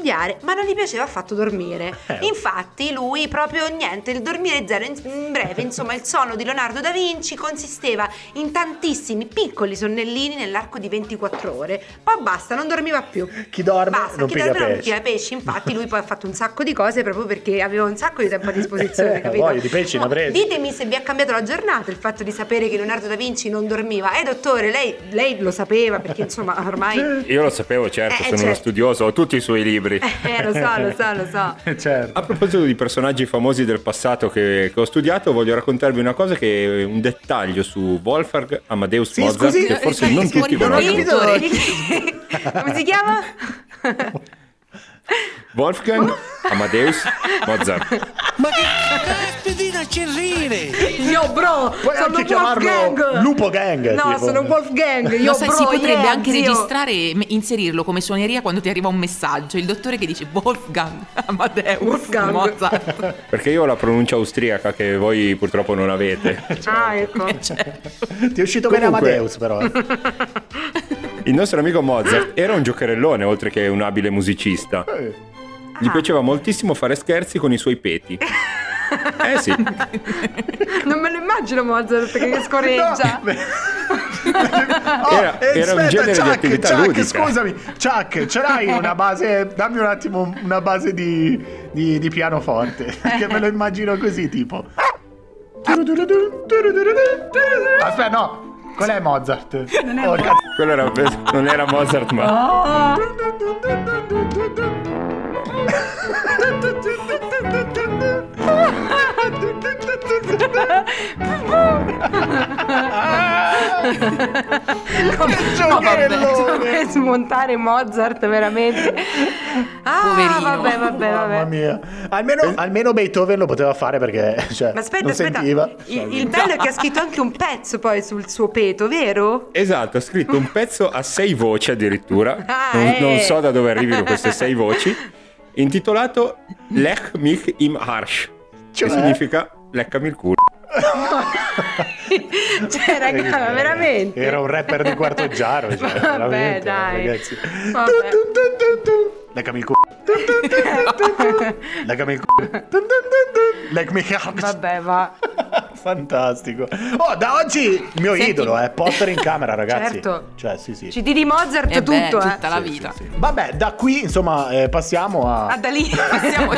Speaker 3: ma non gli piaceva affatto dormire.
Speaker 5: Eh.
Speaker 3: Infatti lui proprio niente, il dormire zero. In, in breve, insomma, il sonno di Leonardo da Vinci consisteva in tantissimi piccoli sonnellini nell'arco di ventiquattro ore. Poi basta, non dormiva più.
Speaker 5: Chi dorme
Speaker 3: Basta,
Speaker 5: non
Speaker 3: chi
Speaker 5: piga
Speaker 3: dorme non
Speaker 5: pesci.
Speaker 3: piga pesci. Infatti lui poi ha fatto un sacco di cose proprio perché aveva un sacco di tempo a disposizione, capito?
Speaker 5: Voglia di pesci ne ha presi.
Speaker 3: Ditemi se vi ha cambiato la giornata il fatto di sapere che Leonardo da Vinci non dormiva. Eh dottore, lei, lei lo sapeva perché insomma ormai...
Speaker 4: Io lo sapevo, certo,
Speaker 3: Eh,
Speaker 4: sono
Speaker 3: certo.
Speaker 4: uno studioso, ho tutti i suoi libri.
Speaker 3: Eh, lo so, lo so, lo so.
Speaker 5: Certo.
Speaker 4: A proposito di personaggi famosi del passato che, che ho studiato, voglio raccontarvi una cosa che è un dettaglio su Wolfgang Amadeus
Speaker 5: Sì,
Speaker 4: Mozart,
Speaker 5: scusi,
Speaker 4: che forse
Speaker 1: eh,
Speaker 4: non
Speaker 1: sì,
Speaker 4: tutti
Speaker 1: non ho
Speaker 4: conoscono.
Speaker 1: capito.
Speaker 3: Come si chiama?
Speaker 4: Wolfgang Amadeus Mozart.
Speaker 6: Ma che caspita c'è rire?
Speaker 3: Io bro,
Speaker 5: Puoi
Speaker 3: sono
Speaker 5: anche chiamarlo
Speaker 3: Wolfgang.
Speaker 5: Lupo Gang.
Speaker 3: No,
Speaker 5: tipo.
Speaker 3: sono Wolfgang. Io
Speaker 1: Lo sai,
Speaker 3: bro,
Speaker 1: si potrebbe
Speaker 3: yeah,
Speaker 1: anche
Speaker 3: zio.
Speaker 1: registrare e me- inserirlo come suoneria quando ti arriva un messaggio. Il dottore che dice Wolfgang Amadeus
Speaker 3: Wolfgang.
Speaker 1: Mozart.
Speaker 4: Perché io ho la pronuncia austriaca che voi purtroppo non avete.
Speaker 3: Ah, ecco.
Speaker 5: Ti è uscito
Speaker 4: Comunque-
Speaker 5: bene Amadeus, però.
Speaker 4: Il nostro amico Mozart era un giocherellone oltre che un abile musicista. Gli
Speaker 3: Ah.
Speaker 4: piaceva moltissimo fare scherzi con i suoi peti. Eh sì.
Speaker 3: Non me lo immagino Mozart che scorreggia.
Speaker 5: No,
Speaker 4: Era-
Speaker 5: eh,
Speaker 4: era un
Speaker 5: aspetta,
Speaker 4: genere di
Speaker 5: Chuck,
Speaker 4: attività
Speaker 5: Chuck,
Speaker 4: ludica.
Speaker 5: scusami, Chuck, ce l'hai una base? Dammi un attimo una base di, di, di pianoforte. Che me lo immagino così, tipo. Aspetta, no. Qual è Mozart? Oh, cazzo.
Speaker 4: Quello era, non era Mozart, ma
Speaker 3: Come
Speaker 5: giocherellone.
Speaker 3: come smontare Mozart veramente. Ah,
Speaker 1: Poverino.
Speaker 3: vabbè, vabbè,
Speaker 5: Mamma
Speaker 3: vabbè.
Speaker 5: mia. Almeno, almeno Beethoven lo poteva fare perché cioè,
Speaker 3: Ma aspetta,
Speaker 5: non
Speaker 3: aspetta.
Speaker 5: sentiva.
Speaker 3: Il, il bello è che ha scritto anche un pezzo poi sul suo peto, vero?
Speaker 4: esatto, ha scritto un pezzo a sei voci addirittura.
Speaker 3: Ah,
Speaker 4: non,
Speaker 3: eh.
Speaker 4: non so da dove arrivino queste sei voci. Intitolato Lech mich im Arsch,
Speaker 5: Cioè?
Speaker 4: che significa leccami il culo.
Speaker 3: Cioè, raga, veramente.
Speaker 5: Era un rapper di quarto giaro. Cioè,
Speaker 3: Vabbè,
Speaker 5: veramente,
Speaker 3: dai.
Speaker 5: Ragazzi.
Speaker 3: Vabbè.
Speaker 5: Dun, dun, dun, dun. Leccami il culo. Dun, dun, dun, dun, dun. Leccami il culo. Dun, dun, dun, dun. Leccami il culo.
Speaker 3: Vabbè, va.
Speaker 5: Fantastico. Oh, da oggi il mio
Speaker 1: Senti-
Speaker 5: idolo è Potter in camera, ragazzi.
Speaker 3: Certo.
Speaker 5: Cioè, sì, sì.
Speaker 3: C D di Mozart
Speaker 1: E
Speaker 3: tutto,
Speaker 1: beh,
Speaker 3: eh.
Speaker 1: tutta la
Speaker 5: Sì,
Speaker 1: vita.
Speaker 5: sì, sì. Vabbè, da qui, insomma, eh, passiamo a...
Speaker 3: Ah, da lì.
Speaker 1: Passiamo.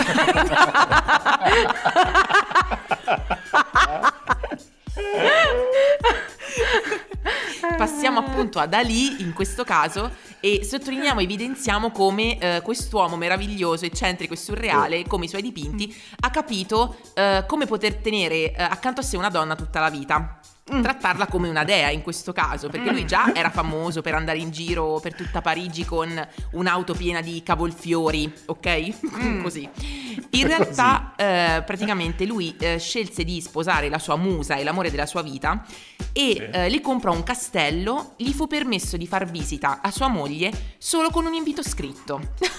Speaker 1: Passiamo appunto a Dalì in questo caso e sottolineiamo, evidenziamo come eh, quest'uomo meraviglioso, eccentrico e surreale, come i suoi dipinti, ha capito eh, come poter tenere eh, accanto a sé una donna tutta la vita. Trattarla come una dea in questo caso, perché lui già era famoso per andare in giro per tutta Parigi con un'auto piena di cavolfiori, ok? Così. In realtà eh, praticamente lui eh, scelse di sposare la sua musa e l'amore della sua vita e eh, le comprò un castello. Gli fu permesso di far visita a sua moglie solo con un invito scritto.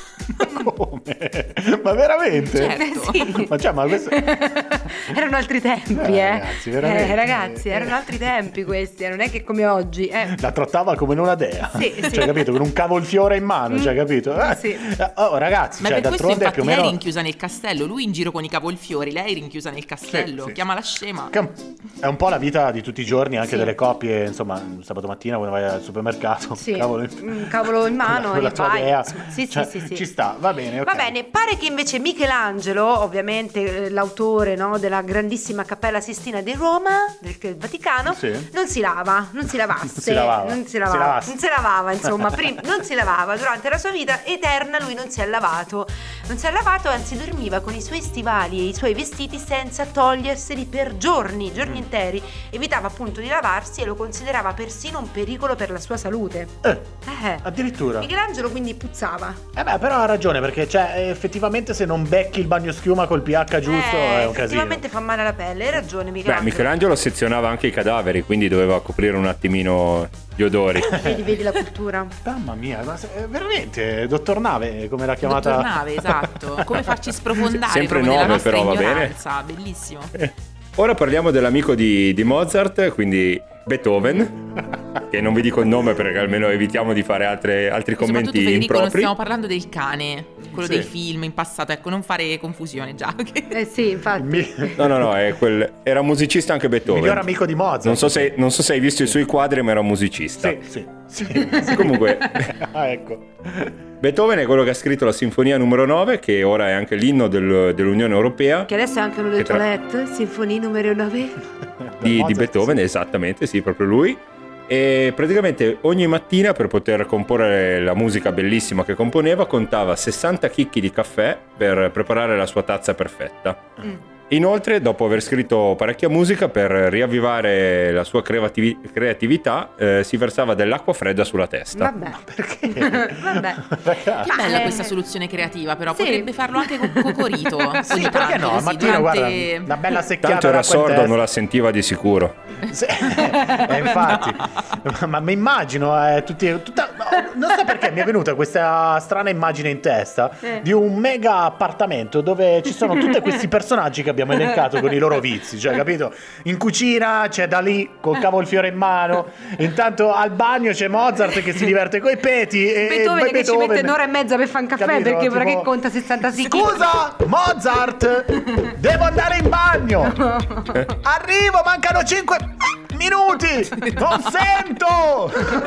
Speaker 5: Come? Ma veramente?
Speaker 1: Certo.
Speaker 3: Sì.
Speaker 5: Ma cioè, ma questo...
Speaker 3: Erano altri tempi,
Speaker 5: Eh,
Speaker 3: eh.
Speaker 5: ragazzi, veramente.
Speaker 3: Eh, ragazzi, erano altri tempi questi, non è che come oggi, eh.
Speaker 5: La trattava come una dea.
Speaker 3: Sì, sì.
Speaker 5: Cioè, capito? Con un cavolfiore in mano, cioè, capito? Eh,
Speaker 3: Sì.
Speaker 5: eh, Oh, ragazzi,
Speaker 1: Ma
Speaker 5: cioè,
Speaker 1: per questo
Speaker 5: d'altronde
Speaker 1: infatti
Speaker 5: più o
Speaker 1: lei
Speaker 5: meno...
Speaker 1: è rinchiusa nel castello, lui in giro con i cavolfiori, lei rinchiusa nel castello,
Speaker 5: Sì, sì.
Speaker 1: chiama la scema.
Speaker 5: È un po' la vita di tutti i giorni, anche
Speaker 3: Sì.
Speaker 5: delle coppie, insomma, sabato mattina quando vai al supermercato,
Speaker 3: Sì,
Speaker 5: cavolo,
Speaker 3: un cavolo in mano
Speaker 5: con la
Speaker 3: e
Speaker 5: tua
Speaker 3: vai.
Speaker 5: dea.
Speaker 3: Insomma, sì,
Speaker 5: Cioè,
Speaker 3: sì, sì, sì.
Speaker 5: ci sta, va bene, ok.
Speaker 3: Va bene, pare che invece Michelangelo, ovviamente eh, l'autore, no, della grandissima Cappella Sistina di Roma, del del Vaticano,
Speaker 5: Sì.
Speaker 3: non si lava, non si lavasse,
Speaker 5: Non si lavava.
Speaker 3: non si
Speaker 5: Si
Speaker 3: lavava,
Speaker 5: lavasse.
Speaker 3: non si lavava, insomma, prim- non si lavava durante la sua vita eterna, lui non si è lavato, non si è lavato, anzi dormiva con i suoi stivali e i suoi vestiti senza toglierseli per giorni,
Speaker 5: Mm.
Speaker 3: giorni interi, evitava appunto di lavarsi e lo considerava persino un pericolo per la sua salute.
Speaker 5: Eh,
Speaker 3: Eh.
Speaker 5: addirittura.
Speaker 3: Michelangelo quindi puzzava.
Speaker 5: Eh beh, però ha ragione, perché cioè, effettivamente se non becchi il bagno schiuma col pH giusto
Speaker 3: eh,
Speaker 5: è un casino.
Speaker 3: effettivamente fa male alla pelle, hai ragione
Speaker 4: Beh,
Speaker 3: Michelangelo.
Speaker 4: Michelangelo sezionava anche i cadaveri, quindi doveva coprire un attimino gli odori.
Speaker 3: Vedi, vedi la cultura.
Speaker 5: Mamma mia, ma se- eh, veramente, dottor Nave, come l'ha chiamata?
Speaker 1: Dottor Nave, esatto. Come farci sprofondare
Speaker 4: Sempre
Speaker 1: proprio nella
Speaker 4: nome,
Speaker 1: nostra
Speaker 4: però, va bene.
Speaker 1: ignoranza, bellissimo.
Speaker 4: Ora parliamo dell'amico di, di Mozart, quindi Beethoven, che non vi dico il nome perché almeno evitiamo di fare altre- altri
Speaker 1: Soprattutto
Speaker 4: commenti
Speaker 1: Federico, non
Speaker 4: impropri.
Speaker 1: stiamo parlando del cane. quello
Speaker 5: Sì.
Speaker 1: dei film in passato, ecco, non fare confusione già.
Speaker 3: Eh sì, infatti.
Speaker 5: Mi-
Speaker 4: No, no, no, è quel... era musicista anche Beethoven.
Speaker 5: miglior amico di Mozart.
Speaker 4: Non so, se, non so se hai visto i suoi quadri, ma era un musicista.
Speaker 5: Sì, sì, sì.
Speaker 4: Comunque,
Speaker 5: Ah, ecco.
Speaker 4: Beethoven è quello che ha scritto la Sinfonia numero nove, che ora è anche l'inno del- dell'Unione Europea.
Speaker 3: Che adesso è anche uno delle
Speaker 4: Che tra-
Speaker 3: toilette, Sinfonia numero nove.
Speaker 4: di, di
Speaker 5: Mozart,
Speaker 4: Beethoven,
Speaker 5: sì.
Speaker 4: esattamente, sì, proprio lui. E praticamente ogni mattina, per poter comporre la musica bellissima che componeva, contava sessanta chicchi di caffè per preparare la sua tazza perfetta.
Speaker 3: Mm.
Speaker 4: Inoltre, dopo aver scritto parecchia musica, per riavvivare la sua creativi- creatività, eh, si versava dell'acqua fredda sulla testa.
Speaker 3: Vabbè.
Speaker 5: Perché?
Speaker 3: Vabbè.
Speaker 1: Che bella
Speaker 3: eh,
Speaker 1: questa soluzione creativa, però
Speaker 3: sì.
Speaker 1: potrebbe farlo anche con Cocorito.
Speaker 5: Sì,
Speaker 1: ogni
Speaker 5: perché
Speaker 1: tanto,
Speaker 5: no?
Speaker 1: così,
Speaker 5: Mattina,
Speaker 1: durante-
Speaker 5: guarda, una bella secchiata
Speaker 4: Tanto era
Speaker 5: d'acqua in
Speaker 4: sordo,
Speaker 5: testa.
Speaker 4: non la sentiva di sicuro.
Speaker 5: Sì, eh, infatti, ma mi immagino eh, tutti, tutta, no, non so perché mi è venuta questa strana immagine in testa
Speaker 3: Eh.
Speaker 5: di un mega appartamento dove ci sono tutti questi personaggi che abbiamo elencato con i loro vizi, cioè, capito? In cucina c'è Dalì col cavolfiore in mano, intanto al bagno c'è Mozart che si diverte coi peti e
Speaker 3: Beethoven
Speaker 5: e
Speaker 3: che ci
Speaker 5: Beethoven-
Speaker 3: mette un'ora e mezza per fare un caffè,
Speaker 5: Capito?
Speaker 3: perché ora
Speaker 5: Tipo,
Speaker 3: che conta sessanta secchi.
Speaker 5: Scusa, Mozart, devo andare in bagno. Arrivo, mancano cinque minuti. Non sento.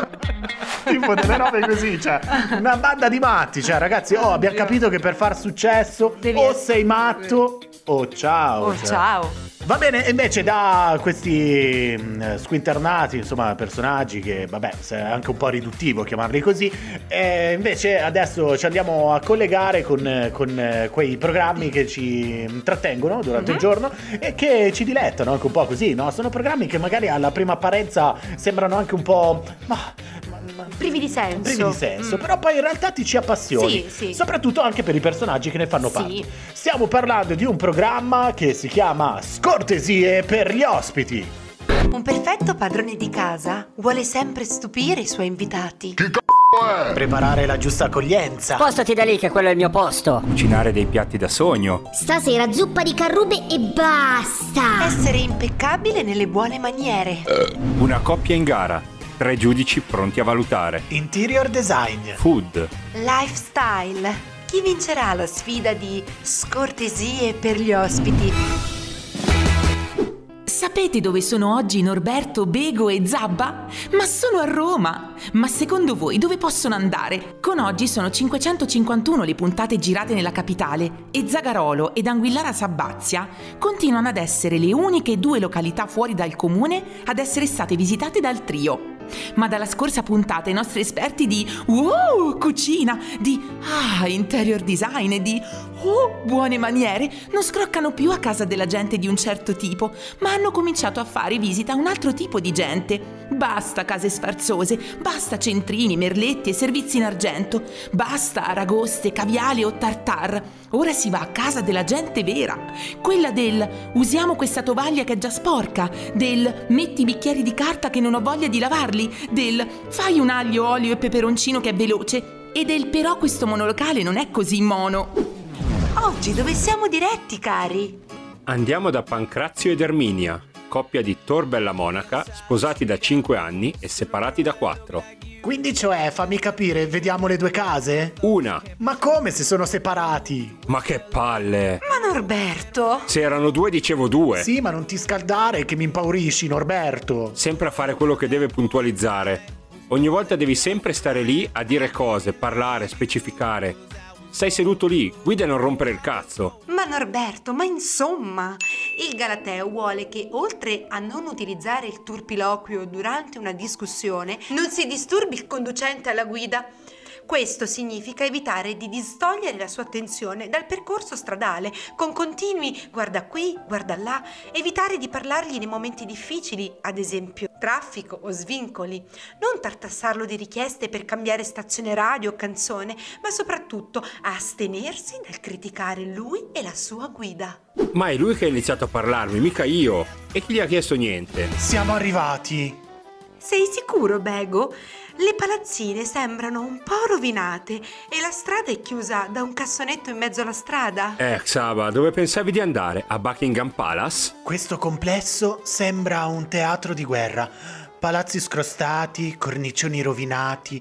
Speaker 5: Tipo delle robe così, cioè una banda di matti, cioè ragazzi, oh, abbiamo capito che per far successo
Speaker 3: Devi
Speaker 5: o
Speaker 3: essere-
Speaker 5: sei matto o ciao.
Speaker 3: Oh,
Speaker 5: cioè.
Speaker 3: ciao.
Speaker 5: Va bene, e invece da questi mh, squinternati, insomma, personaggi che, vabbè, è anche un po' riduttivo chiamarli così, e invece adesso ci andiamo a collegare con, con eh, quei programmi che ci intrattengono durante il giorno e che ci dilettano anche un po' così, no? Sono programmi che magari alla prima apparenza sembrano anche un po'... ma- ma- ma-
Speaker 3: Privi di senso.
Speaker 5: privi di senso,
Speaker 3: Mm.
Speaker 5: però poi in realtà ti ci appassioni,
Speaker 3: Sì, sì.
Speaker 5: soprattutto anche per i personaggi che ne fanno
Speaker 3: Sì.
Speaker 5: parte. Stiamo parlando di un programma che si chiama Scortesie per gli ospiti.
Speaker 7: Un perfetto padrone di casa vuole sempre stupire i suoi invitati.
Speaker 5: Preparare la giusta accoglienza.
Speaker 2: Spostati da lì che quello è il mio posto.
Speaker 4: Cucinare dei piatti da sogno.
Speaker 8: Stasera zuppa di carrube e basta.
Speaker 7: Essere impeccabile nelle buone maniere.
Speaker 4: Una coppia in gara. Tre giudici pronti a valutare.
Speaker 5: Interior design.
Speaker 4: Food.
Speaker 7: Lifestyle. Chi vincerà la sfida di scortesie per gli ospiti?
Speaker 1: Sapete dove sono oggi Norberto, Bego e Zabba? Ma sono a Roma! Ma secondo voi dove possono andare? Con oggi sono cinquecentocinquantuno le puntate girate nella capitale e Zagarolo ed Anguillara Sabazia continuano ad essere le uniche due località fuori dal comune ad essere state visitate dal trio. Ma dalla scorsa puntata i nostri esperti di wow, cucina, di ah, interior design e di oh, buone maniere non scroccano più a casa della gente di un certo tipo, ma hanno cominciato a fare visita a un altro tipo di gente. Basta case sfarzose, basta centrini, merletti e servizi in argento, basta aragoste, caviali o tartar. Ora si va a casa della gente vera, quella del usiamo questa tovaglia che è già sporca, del metti i bicchieri di carta che non ho voglia di lavarli, del fai un aglio, olio e peperoncino che è veloce e del però questo monolocale non è così mono.
Speaker 7: Oggi dove siamo diretti, cari?
Speaker 4: Andiamo da Pancrazio ed Erminia, coppia di Tor Bella Monaca, sposati da cinque anni e separati da quattro.
Speaker 5: Quindi cioè, fammi capire, vediamo le due case?
Speaker 4: Una.
Speaker 5: Ma come se sono separati?
Speaker 4: Ma che palle!
Speaker 7: Ma Norberto?
Speaker 4: Se erano due dicevo due.
Speaker 5: Sì, ma non ti scaldare che mi impaurisci, Norberto.
Speaker 4: Sempre a fare quello che deve puntualizzare. Ogni volta devi sempre stare lì a dire cose, parlare, specificare. Stai seduto lì, guida e non rompere il cazzo.
Speaker 7: Ma Norberto, ma insomma, il Galateo vuole che oltre a non utilizzare il turpiloquio durante una discussione, non si disturbi il conducente alla guida. Questo significa evitare di distogliere la sua attenzione dal percorso stradale con continui guarda qui, guarda là, evitare di parlargli nei momenti difficili, ad esempio traffico o svincoli, non tartassarlo di richieste per cambiare stazione radio o canzone, ma soprattutto astenersi dal criticare lui e la sua guida.
Speaker 4: Ma è lui che ha iniziato a parlarmi, mica io. E chi gli ha chiesto niente?
Speaker 5: Siamo arrivati.
Speaker 7: Sei sicuro, Bego? Le palazzine sembrano un po' rovinate e la strada è chiusa da un cassonetto in mezzo alla strada.
Speaker 4: Eh, Xaba, dove pensavi di andare? A Buckingham Palace?
Speaker 5: Questo complesso sembra un teatro di guerra. Palazzi scrostati, cornicioni rovinati,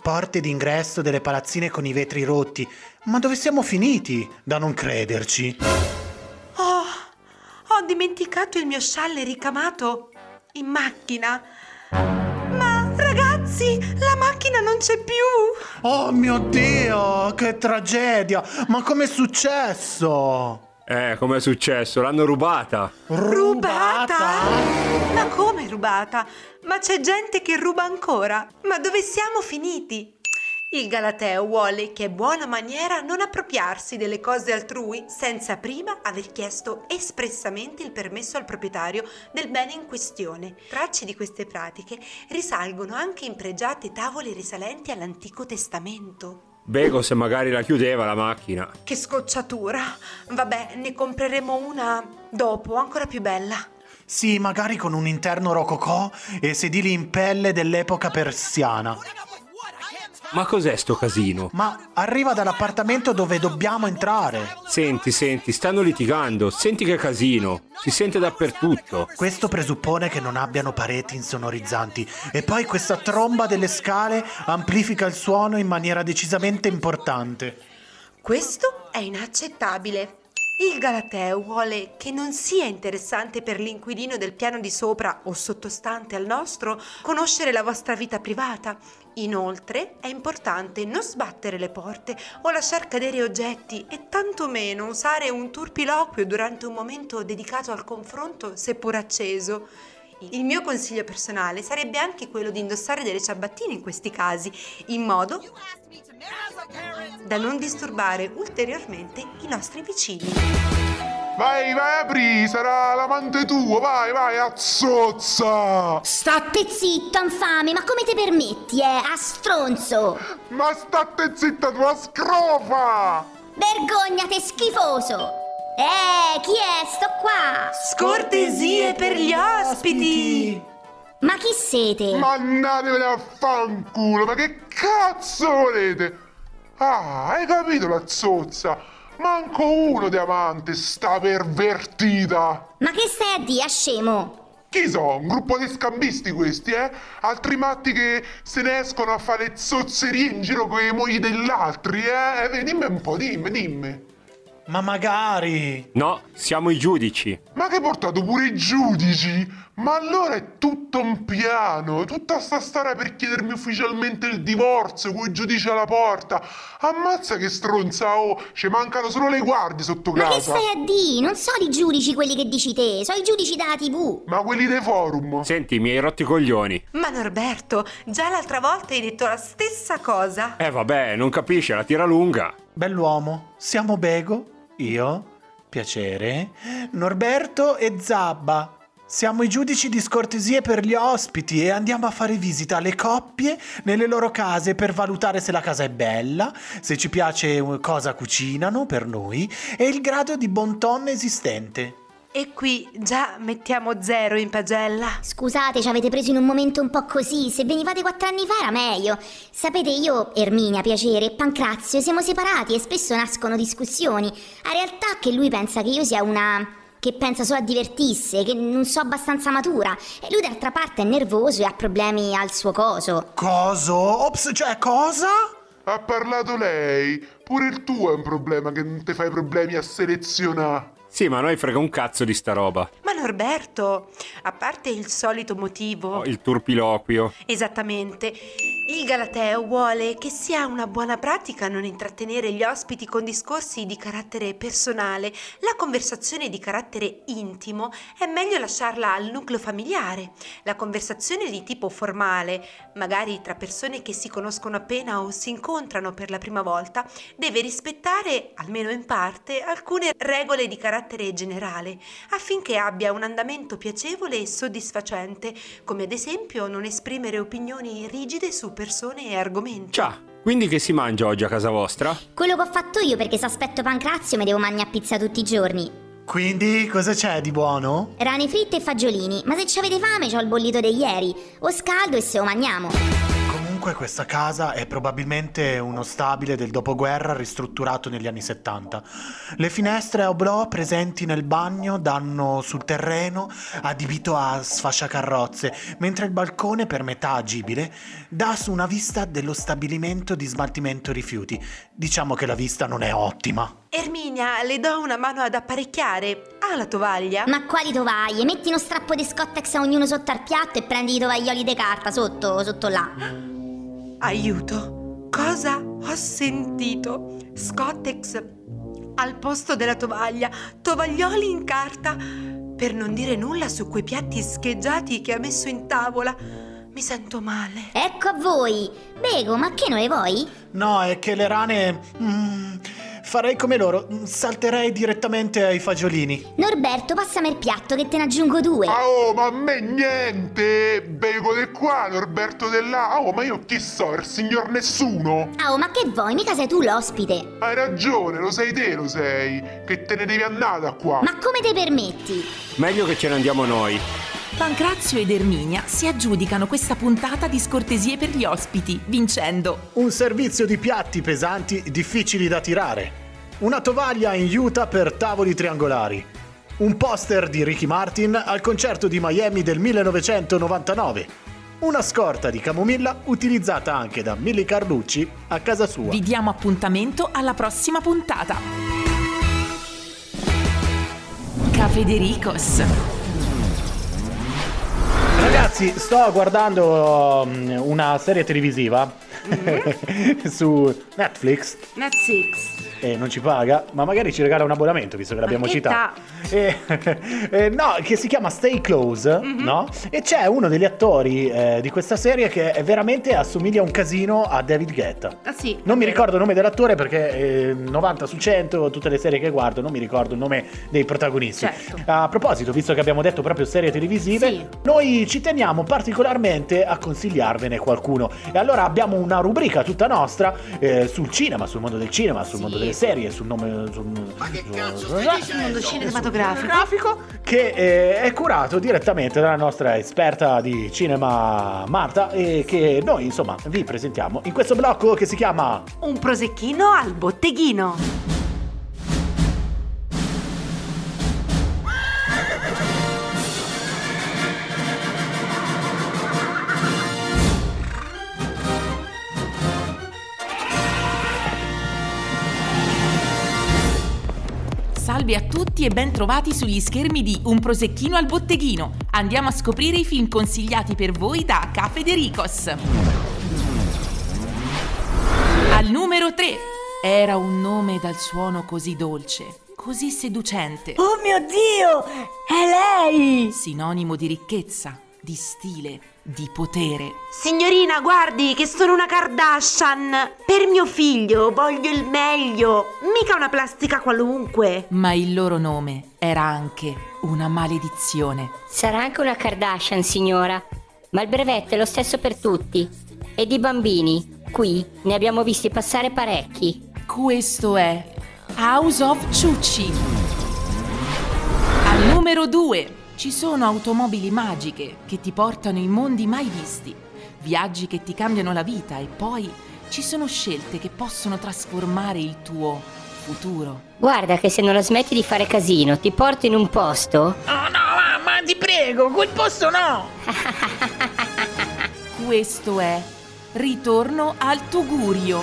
Speaker 5: porte d'ingresso delle palazzine con i vetri rotti. Ma dove siamo finiti? Da non crederci.
Speaker 7: Oh, ho dimenticato il mio scialle ricamato in macchina. Ma ragazzi, la macchina non c'è più.
Speaker 5: Oh mio Dio, che tragedia! Ma com'è successo?
Speaker 4: Eh, com'è successo? L'hanno rubata.
Speaker 7: Rubata? Ma come rubata? Ma c'è gente che ruba ancora. Ma dove siamo finiti? Il Galateo vuole che è buona maniera non appropriarsi delle cose altrui senza prima aver chiesto espressamente il permesso al proprietario del bene in questione. Tracce di queste pratiche risalgono anche in pregiate tavole risalenti all'Antico Testamento.
Speaker 4: Bego se magari la chiudeva la macchina.
Speaker 7: Che scocciatura! Vabbè, ne compreremo una dopo, ancora più bella.
Speaker 5: Sì, magari con un interno rococò e sedili in pelle dell'epoca persiana.
Speaker 4: Ma cos'è sto casino?
Speaker 5: Ma arriva dall'appartamento dove dobbiamo entrare.
Speaker 4: Senti, senti, stanno litigando. Senti che casino. Si sente dappertutto.
Speaker 5: Questo presuppone che non abbiano pareti insonorizzanti. E poi questa tromba delle scale amplifica il suono in maniera decisamente importante.
Speaker 7: Questo è inaccettabile. Il Galateo vuole che non sia interessante per l'inquilino del piano di sopra o sottostante al nostro conoscere la vostra vita privata. Inoltre è importante non sbattere le porte o lasciar cadere oggetti e tantomeno usare un turpiloquio durante un momento dedicato al confronto, seppur acceso. Il mio consiglio personale sarebbe anche quello di indossare delle ciabattine in questi casi, in modo da non disturbare ulteriormente i nostri vicini.
Speaker 9: Vai, vai, apri, sarà l'amante tuo, vai, vai, azzozza!
Speaker 8: State zitto, infame, ma come ti permetti, eh, a stronzo?
Speaker 9: Ma state zitta, tua scrofa!
Speaker 8: Vergognate, schifoso! Eh, chi è? Sto qua!
Speaker 7: Scortesie per gli ospiti!
Speaker 8: Ma chi siete?
Speaker 9: Ma andatevene a fanculo, ma che cazzo volete? Ah, hai capito la zozza? Manco uno di amante, sta pervertita!
Speaker 8: Ma che stai a dire, scemo?
Speaker 9: Chi so, un gruppo di scambisti questi, eh? Altri matti che se ne escono a fare zozzerie in giro con le mogli degli altri, eh? eh? Dimmi un po', dimmi, dimmi.
Speaker 5: Ma magari...
Speaker 4: No, siamo i giudici.
Speaker 9: Ma che hai portato pure i giudici? Ma allora è tutto un piano, tutta sta storia per chiedermi ufficialmente il divorzio con i giudici alla porta. Ammazza che stronza, oh, ci mancano solo le guardie sotto casa.
Speaker 8: Ma che stai a dire? Non sono i giudici quelli che dici te, sono i giudici della tivù.
Speaker 9: Ma quelli dei forum.
Speaker 4: Senti, mi hai rotto i coglioni.
Speaker 7: Ma Norberto, già l'altra volta hai detto la stessa cosa.
Speaker 4: Eh vabbè, non capisce, la tira lunga.
Speaker 5: Bell'uomo, siamo Bego, io, piacere, Norberto e Zabba. Siamo i giudici di scortesie per gli ospiti e andiamo a fare visita alle coppie nelle loro case per valutare se la casa è bella, se ci piace cosa cucinano per noi e il grado di bon ton esistente.
Speaker 7: E qui già mettiamo zero in pagella.
Speaker 8: Scusate, ci avete preso in un momento un po' così, se venivate quattro anni fa era meglio. Sapete, io, Erminia, piacere, e Pancrazio siamo separati e spesso nascono discussioni. A realtà che lui pensa che io sia una... che pensa solo a divertirsi, che non so abbastanza matura. E lui d'altra parte è nervoso e ha problemi al suo coso.
Speaker 5: Coso? Ops, cioè cosa?
Speaker 9: Ha parlato lei. Pure il tuo è un problema che non ti fai problemi a selezionare.
Speaker 4: Sì, ma a noi frega un cazzo di sta roba.
Speaker 7: Ma Norberto, a parte il solito motivo...
Speaker 4: Oh, il turpiloquio.
Speaker 7: Esattamente. Il Galateo vuole che sia una buona pratica non intrattenere gli ospiti con discorsi di carattere personale. La conversazione di carattere intimo è meglio lasciarla al nucleo familiare. La conversazione di tipo formale, magari tra persone che si conoscono appena o si incontrano per la prima volta, deve rispettare, almeno in parte, alcune regole di carattere generale, affinché abbia un andamento piacevole e soddisfacente, come ad esempio non esprimere opinioni rigide su persone e argomenti.
Speaker 4: Ciao, quindi che si mangia oggi a casa vostra?
Speaker 8: Quello che ho fatto io, perché se aspetto Pancrazio mi devo mangiare pizza tutti i giorni.
Speaker 5: Quindi cosa c'è di buono?
Speaker 8: Rane fritte e fagiolini, ma se ci avete fame c'ho il bollito di ieri, o scaldo e se lo mangiamo.
Speaker 5: Comunque questa casa è probabilmente uno stabile del dopoguerra ristrutturato negli anni settanta. Le finestre a oblò presenti nel bagno danno sul terreno adibito a sfasciacarrozze, mentre il balcone, per metà agibile, dà su una vista dello stabilimento di smaltimento rifiuti. Diciamo che la vista non è ottima.
Speaker 7: Erminia, le do una mano ad apparecchiare. Ha la tovaglia?
Speaker 8: Ma quali tovaglie? Metti uno strappo di Scottex a ognuno sotto al piatto e prendi i tovaglioli di carta sotto, sotto là.
Speaker 7: Aiuto! Cosa ho sentito? Scottex al posto della tovaglia, tovaglioli in carta, per non dire nulla su quei piatti scheggiati che ha messo in tavola. Mi sento male.
Speaker 8: Ecco a voi. Bego, ma che non le vuoi?
Speaker 5: No, è che le rane... Mm, farei come loro, salterei direttamente ai fagiolini.
Speaker 8: Norberto, passami il piatto che te ne aggiungo due.
Speaker 9: Oh, ma a me niente! Bego di qua, Norberto di là. Oh, ma io chi so, il signor nessuno.
Speaker 8: Oh, ma che vuoi? Mica sei tu l'ospite.
Speaker 9: Hai ragione, lo sei te, lo sei. Che te ne devi andare da qua.
Speaker 8: Ma come te permetti?
Speaker 4: Meglio che ce ne andiamo noi.
Speaker 1: Pancrazio ed Erminia si aggiudicano questa puntata di scortesie per gli ospiti, vincendo
Speaker 5: un servizio di piatti pesanti difficili da tirare, una tovaglia in juta per tavoli triangolari, un poster di Ricky Martin al concerto di Miami del millenovecentonovantanove, una scorta di camomilla utilizzata anche da Milly Carlucci a casa sua.
Speaker 1: Vi diamo appuntamento alla prossima puntata. Cafedericos.
Speaker 5: Ragazzi, sto guardando um, una serie televisiva mm-hmm. su Netflix.
Speaker 3: Netflix.
Speaker 5: E non ci paga, ma magari ci regala un abbonamento, visto che
Speaker 3: ma
Speaker 5: l'abbiamo
Speaker 3: che
Speaker 5: citato. E, e, no, che si chiama Stay Close, mm-hmm. no? E c'è uno degli attori eh, di questa serie che è veramente assomiglia un casino a David Guetta.
Speaker 3: Ah sì.
Speaker 5: Non mi ricordo il nome dell'attore perché eh, novanta su cento, tutte le serie che guardo, non mi ricordo il nome dei protagonisti.
Speaker 3: Certo.
Speaker 5: A proposito, visto che abbiamo detto proprio serie televisive,
Speaker 3: sì.
Speaker 5: noi ci teniamo particolarmente a consigliarvene qualcuno. E allora abbiamo una rubrica tutta nostra eh, sul cinema, sul mondo del cinema, sul sì. mondo delle serie, sul nome sul,
Speaker 6: ma che cazzo
Speaker 5: sul,
Speaker 6: stai
Speaker 3: sul mondo
Speaker 6: dicendo?
Speaker 3: cinematografico
Speaker 5: che eh, è curato direttamente dalla nostra esperta di cinema Marta e che noi insomma vi presentiamo in questo blocco che si chiama
Speaker 3: Un prosecchino al botteghino.
Speaker 1: Salve a tutti e ben trovati sugli schermi di Un prosecchino al botteghino. Andiamo a scoprire i film consigliati per voi da Cafedericos. Al numero tre. Era un nome dal suono così dolce, così seducente.
Speaker 2: Oh mio Dio, è lei!
Speaker 1: Sinonimo di ricchezza, di stile, di potere.
Speaker 3: Signorina, guardi che sono una Kardashian. Per mio figlio voglio il meglio, mica una plastica qualunque.
Speaker 1: Ma il loro nome era anche una maledizione.
Speaker 10: Sarà anche una Kardashian, signora, ma il brevetto è lo stesso per tutti. E di bambini, qui ne abbiamo visti passare parecchi.
Speaker 1: Questo è House of Ciucci. Al numero due. Ci sono automobili magiche che ti portano in mondi mai visti, viaggi che ti cambiano la vita e poi ci sono scelte che possono trasformare il tuo futuro.
Speaker 10: Guarda che se non la smetti di fare casino ti porto in un posto.
Speaker 2: Oh no mamma, ti prego, quel posto no!
Speaker 1: Questo è Ritorno al Tugurio.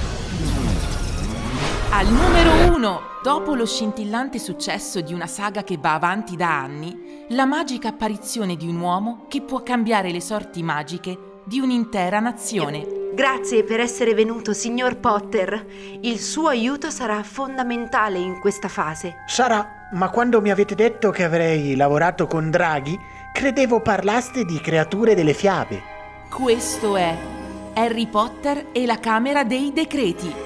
Speaker 1: Al numero uno. Dopo lo scintillante successo di una saga che va avanti da anni, la magica apparizione di un uomo che può cambiare le sorti magiche di un'intera nazione.
Speaker 3: Grazie per essere venuto, signor Potter. Il suo aiuto sarà fondamentale in questa fase.
Speaker 5: Sara, ma quando mi avete detto che avrei lavorato con draghi, credevo parlaste di creature delle fiabe.
Speaker 1: Questo è Harry Potter e la Camera dei Decreti.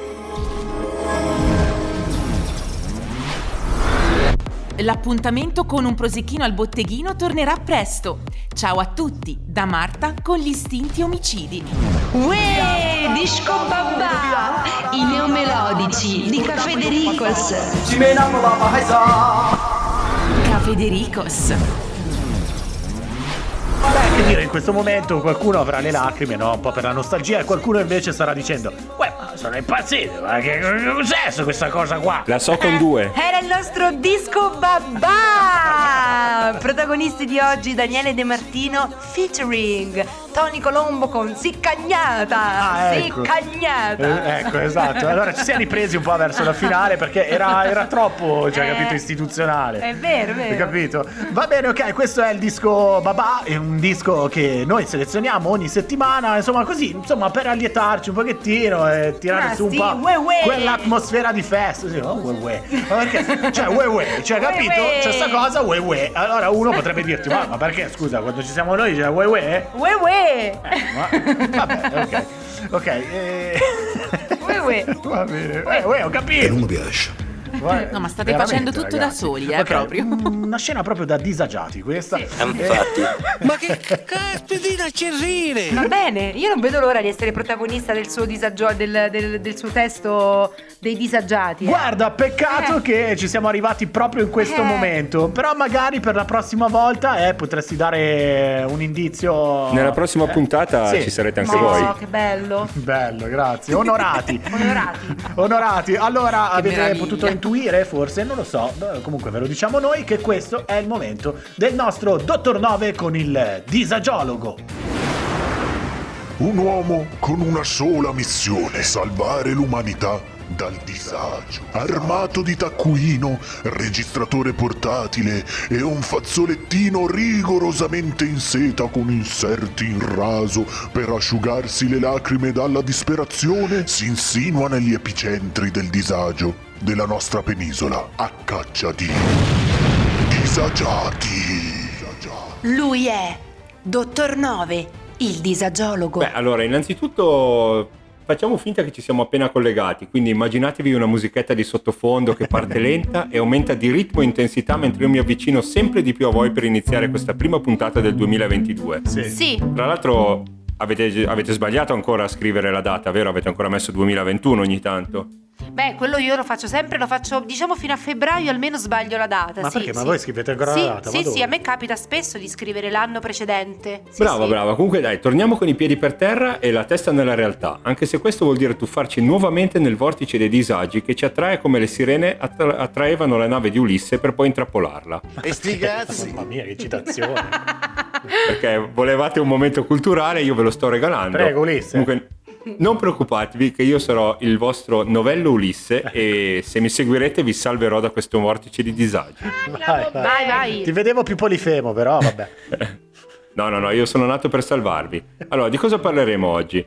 Speaker 1: L'appuntamento con Un prosecchino al botteghino tornerà presto. Ciao a tutti, da Marta con gli istinti omicidi.
Speaker 11: Uè, disco babà, i neomelodici di Cafedericos.
Speaker 1: Cafedericos.
Speaker 5: Va bene, che dire, in questo momento qualcuno avrà le lacrime, no? Un po' per la nostalgia, e qualcuno invece starà dicendo: uè, ma sono impazzito, ma che cos'è questa cosa qua?
Speaker 4: La so con due.
Speaker 3: Era il nostro disco babà. Protagonisti di oggi Daniele De Martino featuring Tony Colombo con Siccagnata.
Speaker 5: Ah, ecco.
Speaker 3: Siccagnata.
Speaker 5: Eh, ecco, esatto. Allora ci siamo ripresi un po' verso la finale perché era, era troppo, cioè,
Speaker 3: Eh,
Speaker 5: capito, istituzionale.
Speaker 3: È vero, è vero.
Speaker 5: Hai capito? Va bene, ok, questo è il disco Babà, è un disco che noi selezioniamo ogni settimana, insomma, così, insomma, per allietarci un pochettino e tirare
Speaker 3: Ah,
Speaker 5: su un
Speaker 3: sì,
Speaker 5: po'
Speaker 3: uè, uè.
Speaker 5: quell'atmosfera di festa. Sì, oh, uè, uè. Ma perché? Cioè, uè, uè, cioè, capito?
Speaker 3: uè.
Speaker 5: C'è sta cosa, uè, uè. Allora uno potrebbe dirti: ma, ma perché, scusa, quando ci siamo noi c'è uè, uè?
Speaker 3: Uè uè.
Speaker 5: Eh, ma, vabbè, ok. Ok, eh...
Speaker 3: Uè uè.
Speaker 5: va bene. Uè, uè, ho capito.
Speaker 9: Non mi piace.
Speaker 5: Guarda,
Speaker 1: No, ma state
Speaker 5: veramente,
Speaker 1: facendo tutto
Speaker 5: ragazzi.
Speaker 1: da soli, eh,
Speaker 5: Ok,
Speaker 1: proprio.
Speaker 5: Una scena proprio da disagiati questa.
Speaker 12: Infatti. Ma che caspita c'è rire?
Speaker 3: Va bene, io non vedo l'ora di essere protagonista del suo disagio, del, del, del suo testo dei disagiati. eh.
Speaker 5: Guarda, peccato
Speaker 3: Eh.
Speaker 5: che ci siamo arrivati proprio in questo
Speaker 3: Eh.
Speaker 5: momento. Però magari per la prossima volta eh, potresti dare un indizio.
Speaker 4: Nella prossima
Speaker 5: Eh,
Speaker 4: puntata
Speaker 5: sì.
Speaker 4: ci sarete anche
Speaker 3: No,
Speaker 4: voi.
Speaker 3: che bello.
Speaker 5: Bello, grazie. Onorati.
Speaker 3: Onorati.
Speaker 5: Onorati. Allora, avete
Speaker 1: meraviglia.
Speaker 5: potuto intuire, forse, non lo so, eh, comunque ve lo diciamo noi, che questo è il momento del nostro Dottor Nove con il disagiologo.
Speaker 9: Un uomo con una sola missione: salvare l'umanità dal disagio. Armato di taccuino, registratore portatile e un fazzolettino rigorosamente in seta con inserti in raso per asciugarsi le lacrime dalla disperazione, si insinua negli epicentri del disagio della nostra penisola a caccia di disagiati.
Speaker 7: Lui è Dottor Nove, il disagiologo.
Speaker 4: Beh, allora, innanzitutto facciamo finta che ci siamo appena collegati, quindi immaginatevi una musichetta di sottofondo che parte lenta e aumenta di ritmo e intensità mentre io mi avvicino sempre di più a voi per iniziare questa prima puntata del duemilaventidue.
Speaker 5: Sì.
Speaker 3: Sì.
Speaker 4: Tra l'altro avete, avete sbagliato ancora a scrivere la data, vero? Avete ancora messo duemilaventuno ogni tanto.
Speaker 3: Beh, quello io lo faccio sempre, lo faccio diciamo fino a febbraio, almeno sbaglio la data.
Speaker 5: Ma
Speaker 3: sì,
Speaker 5: perché? Ma
Speaker 3: sì.
Speaker 5: voi scrivete ancora
Speaker 3: sì,
Speaker 5: la data? Ma
Speaker 3: Sì,
Speaker 5: dove?
Speaker 3: sì, a me capita spesso di scrivere l'anno precedente. Sì,
Speaker 4: Brava,
Speaker 3: sì.
Speaker 4: brava. Comunque dai, torniamo con i piedi per terra e la testa nella realtà, anche se questo vuol dire tuffarci nuovamente nel vortice dei disagi che ci attrae come le sirene attra- attraevano la nave di Ulisse per poi intrappolarla.
Speaker 12: E sti cazzi.
Speaker 5: Mamma mia, che citazione.
Speaker 4: Perché volevate un momento culturale, io ve lo sto regalando.
Speaker 5: Prego, Ulisse.
Speaker 4: Comunque, non preoccupatevi che io sarò il vostro novello Ulisse e se mi seguirete vi salverò da questo vortice di disagi.
Speaker 5: Vai, vai.
Speaker 3: Vai, vai.
Speaker 5: Ti vedevo più polifemo, però vabbè.
Speaker 4: No, no, no, io sono nato per salvarvi. Allora, di cosa parleremo oggi?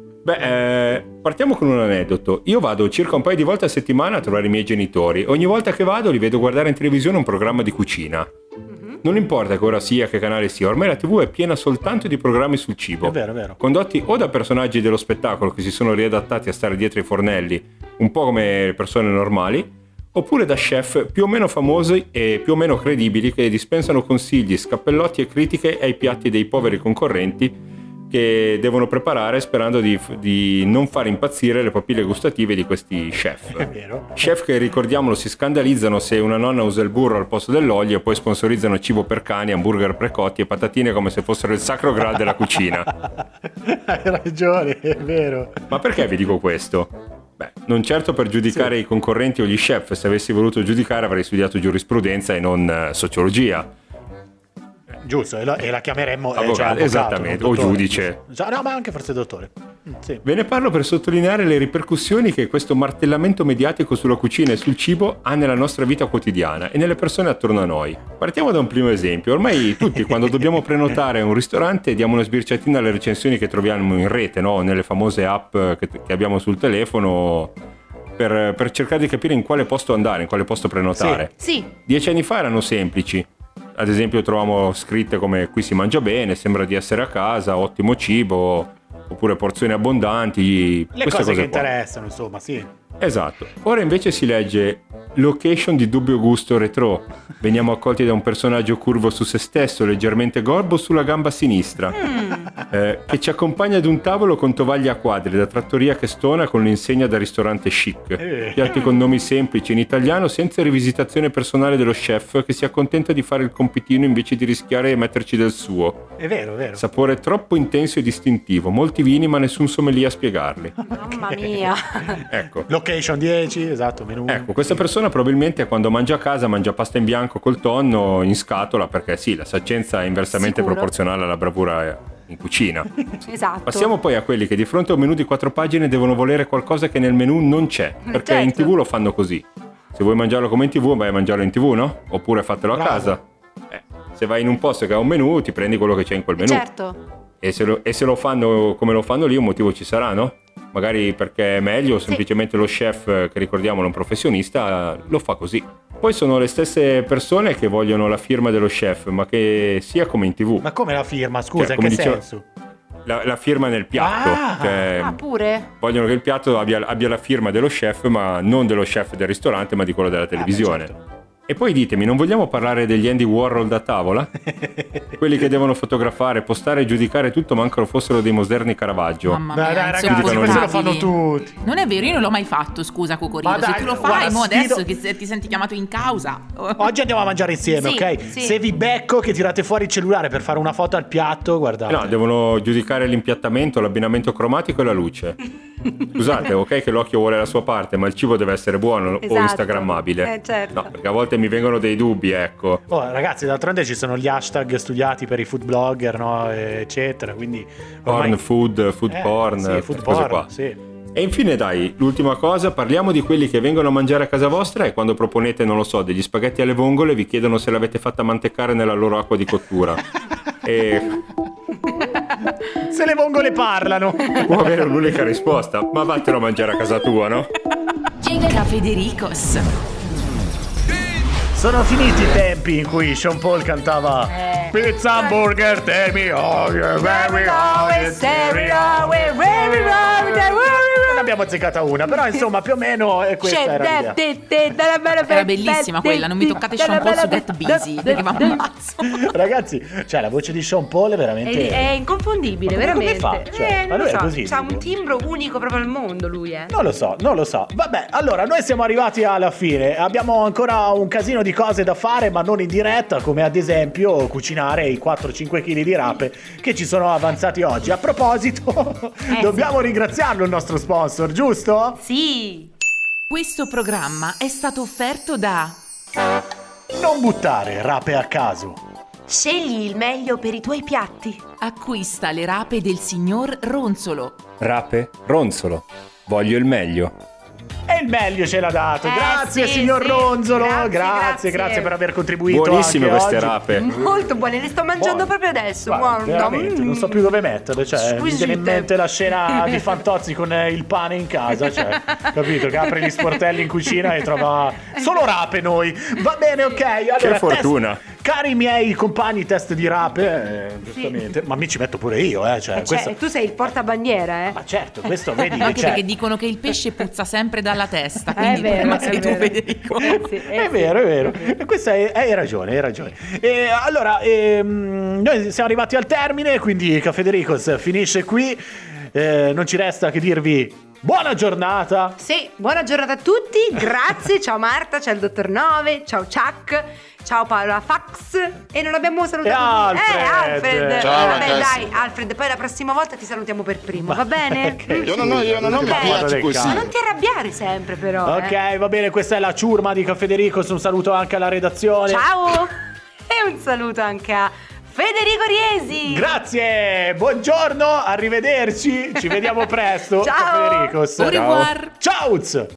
Speaker 4: Beh, eh, partiamo con un aneddoto. Io vado circa un paio di volte a settimana a trovare i miei genitori. Ogni volta che vado li vedo guardare in televisione un programma di cucina. Non importa che ora sia, che canale sia, ormai la tivù è piena soltanto di programmi sul cibo.
Speaker 5: È vero, è vero.
Speaker 4: Condotti o da personaggi dello spettacolo che si sono riadattati a stare dietro i fornelli, un po' come le persone normali, oppure da chef più o meno famosi e più o meno credibili che dispensano consigli, scappellotti e critiche ai piatti dei poveri concorrenti che devono preparare sperando di, di non far impazzire le papille gustative di questi chef.
Speaker 5: È vero.
Speaker 4: Chef che, ricordiamolo, si scandalizzano se una nonna usa il burro al posto dell'olio e poi sponsorizzano cibo per cani, hamburger precotti e patatine come se fossero il sacro graal della cucina.
Speaker 5: Hai ragione, è vero.
Speaker 4: Ma perché vi dico questo? Beh, non certo per giudicare
Speaker 5: Sì.
Speaker 4: i concorrenti o gli chef. Se avessi voluto giudicare avrei studiato giurisprudenza e non eh, sociologia.
Speaker 5: Giusto, e la, e la chiameremmo eh,
Speaker 4: Avvocato,
Speaker 5: cioè, avvocato,
Speaker 4: esattamente,
Speaker 5: non
Speaker 4: o
Speaker 5: dottore.
Speaker 4: giudice.
Speaker 5: Già, no, ma anche forse dottore. Mm, sì.
Speaker 4: Ve ne parlo per sottolineare le ripercussioni che questo martellamento mediatico sulla cucina e sul cibo ha nella nostra vita quotidiana e nelle persone attorno a noi. Partiamo da un primo esempio. Ormai tutti, quando dobbiamo prenotare un ristorante, diamo una sbirciatina alle recensioni che troviamo in rete, no? Nelle famose app che, che abbiamo sul telefono, per, per cercare di capire in quale posto andare, in quale posto prenotare.
Speaker 3: Sì.
Speaker 4: Dieci anni fa erano semplici. Ad esempio trovavamo scritte come qui si mangia bene, sembra di essere a casa, ottimo cibo, oppure porzioni abbondanti,
Speaker 5: Le
Speaker 4: queste
Speaker 5: cose che
Speaker 4: qua.
Speaker 5: interessano, insomma, sì.
Speaker 4: Esatto. Ora invece si legge location di dubbio gusto retro. Veniamo accolti da un personaggio curvo su se stesso, leggermente gorbo sulla gamba sinistra. eh, che ci accompagna ad un tavolo con tovaglie a quadri da trattoria che stona con l'insegna da ristorante chic.
Speaker 5: Eh.
Speaker 4: Piatti con nomi semplici in italiano senza rivisitazione personale dello chef che si accontenta di fare il compitino invece di rischiare e metterci del suo.
Speaker 5: È vero, è vero.
Speaker 4: Sapore troppo intenso e distintivo, molti vini ma nessun sommelier a spiegarli.
Speaker 3: Mamma mia.
Speaker 4: Ecco.
Speaker 5: Location dieci, esatto, menù.
Speaker 4: Ecco, questa persona probabilmente quando mangia a casa mangia pasta in bianco col tonno in scatola perché sì, la saccenza è inversamente
Speaker 3: Sicuro.
Speaker 4: proporzionale alla bravura in cucina.
Speaker 3: Esatto.
Speaker 4: Passiamo poi a quelli che di fronte a un menù di quattro pagine devono volere qualcosa che nel menù non c'è, perché
Speaker 3: Certo.
Speaker 4: in tv lo fanno così. Se vuoi mangiarlo come in tv vai a mangiarlo in tv, no? Oppure fatelo a
Speaker 5: Bravo.
Speaker 4: casa. Eh, se vai in un posto che ha un menù ti prendi quello che c'è in quel menù.
Speaker 3: Certo.
Speaker 4: E se, lo, e se lo fanno come lo fanno lì un motivo ci sarà, no? Magari perché è meglio o semplicemente lo chef, che ricordiamo è un professionista, lo fa così. Poi sono le stesse persone che vogliono la firma dello chef, ma che sia come in tv.
Speaker 5: Ma come la firma? Scusa,
Speaker 4: Cioè,
Speaker 5: in che
Speaker 4: come dicevo-
Speaker 5: senso?
Speaker 4: La, la firma nel piatto.
Speaker 5: Ah!
Speaker 4: Cioè,
Speaker 3: Ah, pure?
Speaker 4: vogliono che il piatto abbia, abbia la firma dello chef, ma non dello chef del ristorante, ma di quello della televisione.
Speaker 5: certo.
Speaker 4: E poi ditemi, non vogliamo parlare degli Andy Warhol da tavola? Quelli che devono fotografare, postare e giudicare tutto, mancano fossero dei moderni Caravaggio.
Speaker 1: Mamma
Speaker 5: Dai,
Speaker 1: mia,
Speaker 5: dai, ragazzi,
Speaker 4: Giudicano
Speaker 5: questo lo
Speaker 1: insopportabili.
Speaker 5: fanno tutti.
Speaker 1: Non è vero, io non l'ho mai fatto, scusa Cocorino.
Speaker 5: Ma dai,
Speaker 1: Se tu lo
Speaker 5: guarda,
Speaker 1: fai, mo
Speaker 5: sfido-
Speaker 1: adesso che se- ti senti chiamato in causa.
Speaker 5: Oggi andiamo a mangiare insieme,
Speaker 3: Sì,
Speaker 5: ok?
Speaker 3: sì.
Speaker 5: Se vi becco che tirate fuori il cellulare per fare una foto al piatto, guardate.
Speaker 4: No, devono giudicare l'impiattamento, l'abbinamento cromatico e la luce. Scusate, ok che l'occhio vuole la sua parte, ma il cibo deve essere buono
Speaker 3: Esatto.
Speaker 4: o instagrammabile.
Speaker 3: Eh, certo.
Speaker 4: No, perché a volte mi vengono dei dubbi, ecco.
Speaker 5: Oh, ragazzi, d'altronde ci sono gli hashtag studiati per i food blogger, no? Eccetera, quindi...
Speaker 4: Porn,
Speaker 5: ormai-
Speaker 4: food, food
Speaker 5: Eh,
Speaker 4: porn,
Speaker 5: sì,
Speaker 4: queste
Speaker 5: food
Speaker 4: cose
Speaker 5: porn,
Speaker 4: qua.
Speaker 5: sì.
Speaker 4: E infine dai, l'ultima cosa, parliamo di quelli che vengono a mangiare a casa vostra e quando proponete, non lo so, degli spaghetti alle vongole vi chiedono se l'avete fatta mantecare nella loro acqua di cottura. E
Speaker 5: Se le vongole parlano.
Speaker 4: può avere un'unica risposta, ma vattene a mangiare a casa tua, no?
Speaker 1: Da Federicos.
Speaker 5: Sono finiti i tempi in cui Sean Paul cantava
Speaker 3: Eh.
Speaker 5: Pizza, hamburger, tell me all your very always, very always, very always. Ne abbiamo azzeccata una, però insomma più o meno è questa
Speaker 3: C'è
Speaker 5: era l'idea.
Speaker 3: de- de- de- della bella-
Speaker 1: Era bellissima quella, non mi toccate Sean Paul su Get Busy, perché mi ammazzo.
Speaker 5: Ragazzi, cioè la voce di Sean Paul è veramente...
Speaker 3: È, è inconfondibile,
Speaker 5: Ma come
Speaker 3: veramente.
Speaker 5: fa? Cioè,
Speaker 3: eh,
Speaker 5: ma
Speaker 3: non
Speaker 5: lui
Speaker 3: lo
Speaker 5: è
Speaker 3: so,
Speaker 5: così,
Speaker 3: c'ha
Speaker 5: tipo.
Speaker 3: un timbro unico proprio al mondo lui, eh.
Speaker 5: Non lo so, non lo so. Vabbè, allora noi siamo arrivati alla fine. Abbiamo ancora un casino di cose da fare, ma non in diretta, come ad esempio cucinare i quattro cinque chili di rape che ci sono avanzati oggi. A proposito,
Speaker 3: Eh,
Speaker 5: dobbiamo ringraziarlo il nostro sponsor, giusto?
Speaker 3: Sì.
Speaker 1: Questo programma è stato offerto da
Speaker 5: Non buttare rape a caso.
Speaker 3: Scegli il meglio per i tuoi piatti.
Speaker 1: Acquista le rape del signor Ronzolo.
Speaker 4: Rape, ronzolo, voglio il meglio.
Speaker 5: E il meglio ce l'ha dato.
Speaker 3: Eh,
Speaker 5: grazie
Speaker 3: sì,
Speaker 5: signor
Speaker 3: sì.
Speaker 5: Ronzolo.
Speaker 3: Grazie,
Speaker 5: Grazie,
Speaker 3: grazie.
Speaker 5: grazie per aver contribuito.
Speaker 4: Buonissime
Speaker 5: anche
Speaker 4: queste
Speaker 5: oggi.
Speaker 4: rape.
Speaker 3: Molto buone, le sto mangiando
Speaker 5: Buone.
Speaker 3: proprio adesso.
Speaker 5: Guarda,
Speaker 3: Guarda.
Speaker 5: veramente,
Speaker 3: Mm.
Speaker 5: non so più dove metterle. Cioè, mi
Speaker 3: Squisite.
Speaker 5: viene in mente la scena di Fantozzi con eh, il pane in casa. Cioè, capito? Che apre gli sportelli in cucina e trova solo rape noi. Va bene, ok. Allora,
Speaker 4: Che
Speaker 5: test-
Speaker 4: fortuna.
Speaker 5: Cari miei compagni, test di rape, eh, giustamente. Ma mi ci metto pure io, eh. Cioè,
Speaker 3: Eh,
Speaker 5: questo...
Speaker 3: cioè, tu sei il portabandiera, eh.
Speaker 5: Ma certo, questo vedi che
Speaker 1: Anche
Speaker 5: c'è.
Speaker 1: perché dicono che il pesce puzza sempre dalla testa.
Speaker 3: È
Speaker 1: Quindi il
Speaker 3: vero,
Speaker 1: problema
Speaker 3: è
Speaker 1: sei tu,
Speaker 3: vero.
Speaker 1: Federico.
Speaker 3: Eh sì, eh
Speaker 5: È
Speaker 3: sì.
Speaker 5: vero, è vero. E questa è, hai ragione, hai ragione. E allora, ehm, noi siamo arrivati al termine, quindi Cafedericos finisce qui. Eh, non ci resta che dirvi buona giornata.
Speaker 3: Sì, buona giornata a tutti, grazie, ciao Marta, ciao il dottor Nove, ciao Chuck, ciao Paola Fax e non abbiamo salutato
Speaker 5: E
Speaker 3: Eh,
Speaker 5: Alfred.
Speaker 3: Alfred.
Speaker 9: Ciao,
Speaker 3: Vabbè,
Speaker 9: ragazzi.
Speaker 3: dai, Alfred, poi la prossima volta ti salutiamo per primo, va bene?
Speaker 5: Ok,
Speaker 9: Io non ho, io non ho
Speaker 3: Ok.
Speaker 9: mi piace così.
Speaker 3: Ma non ti arrabbiare sempre però.
Speaker 5: Ok,
Speaker 3: eh.
Speaker 5: va bene, questa è la ciurma di Cafedericos. Un saluto anche alla redazione.
Speaker 3: Ciao e un saluto anche a Federico Riesi.
Speaker 5: Grazie, buongiorno, arrivederci. Ci vediamo presto.
Speaker 3: Ciao.
Speaker 5: Cafedericos.
Speaker 1: Au revoir.
Speaker 5: Ciao.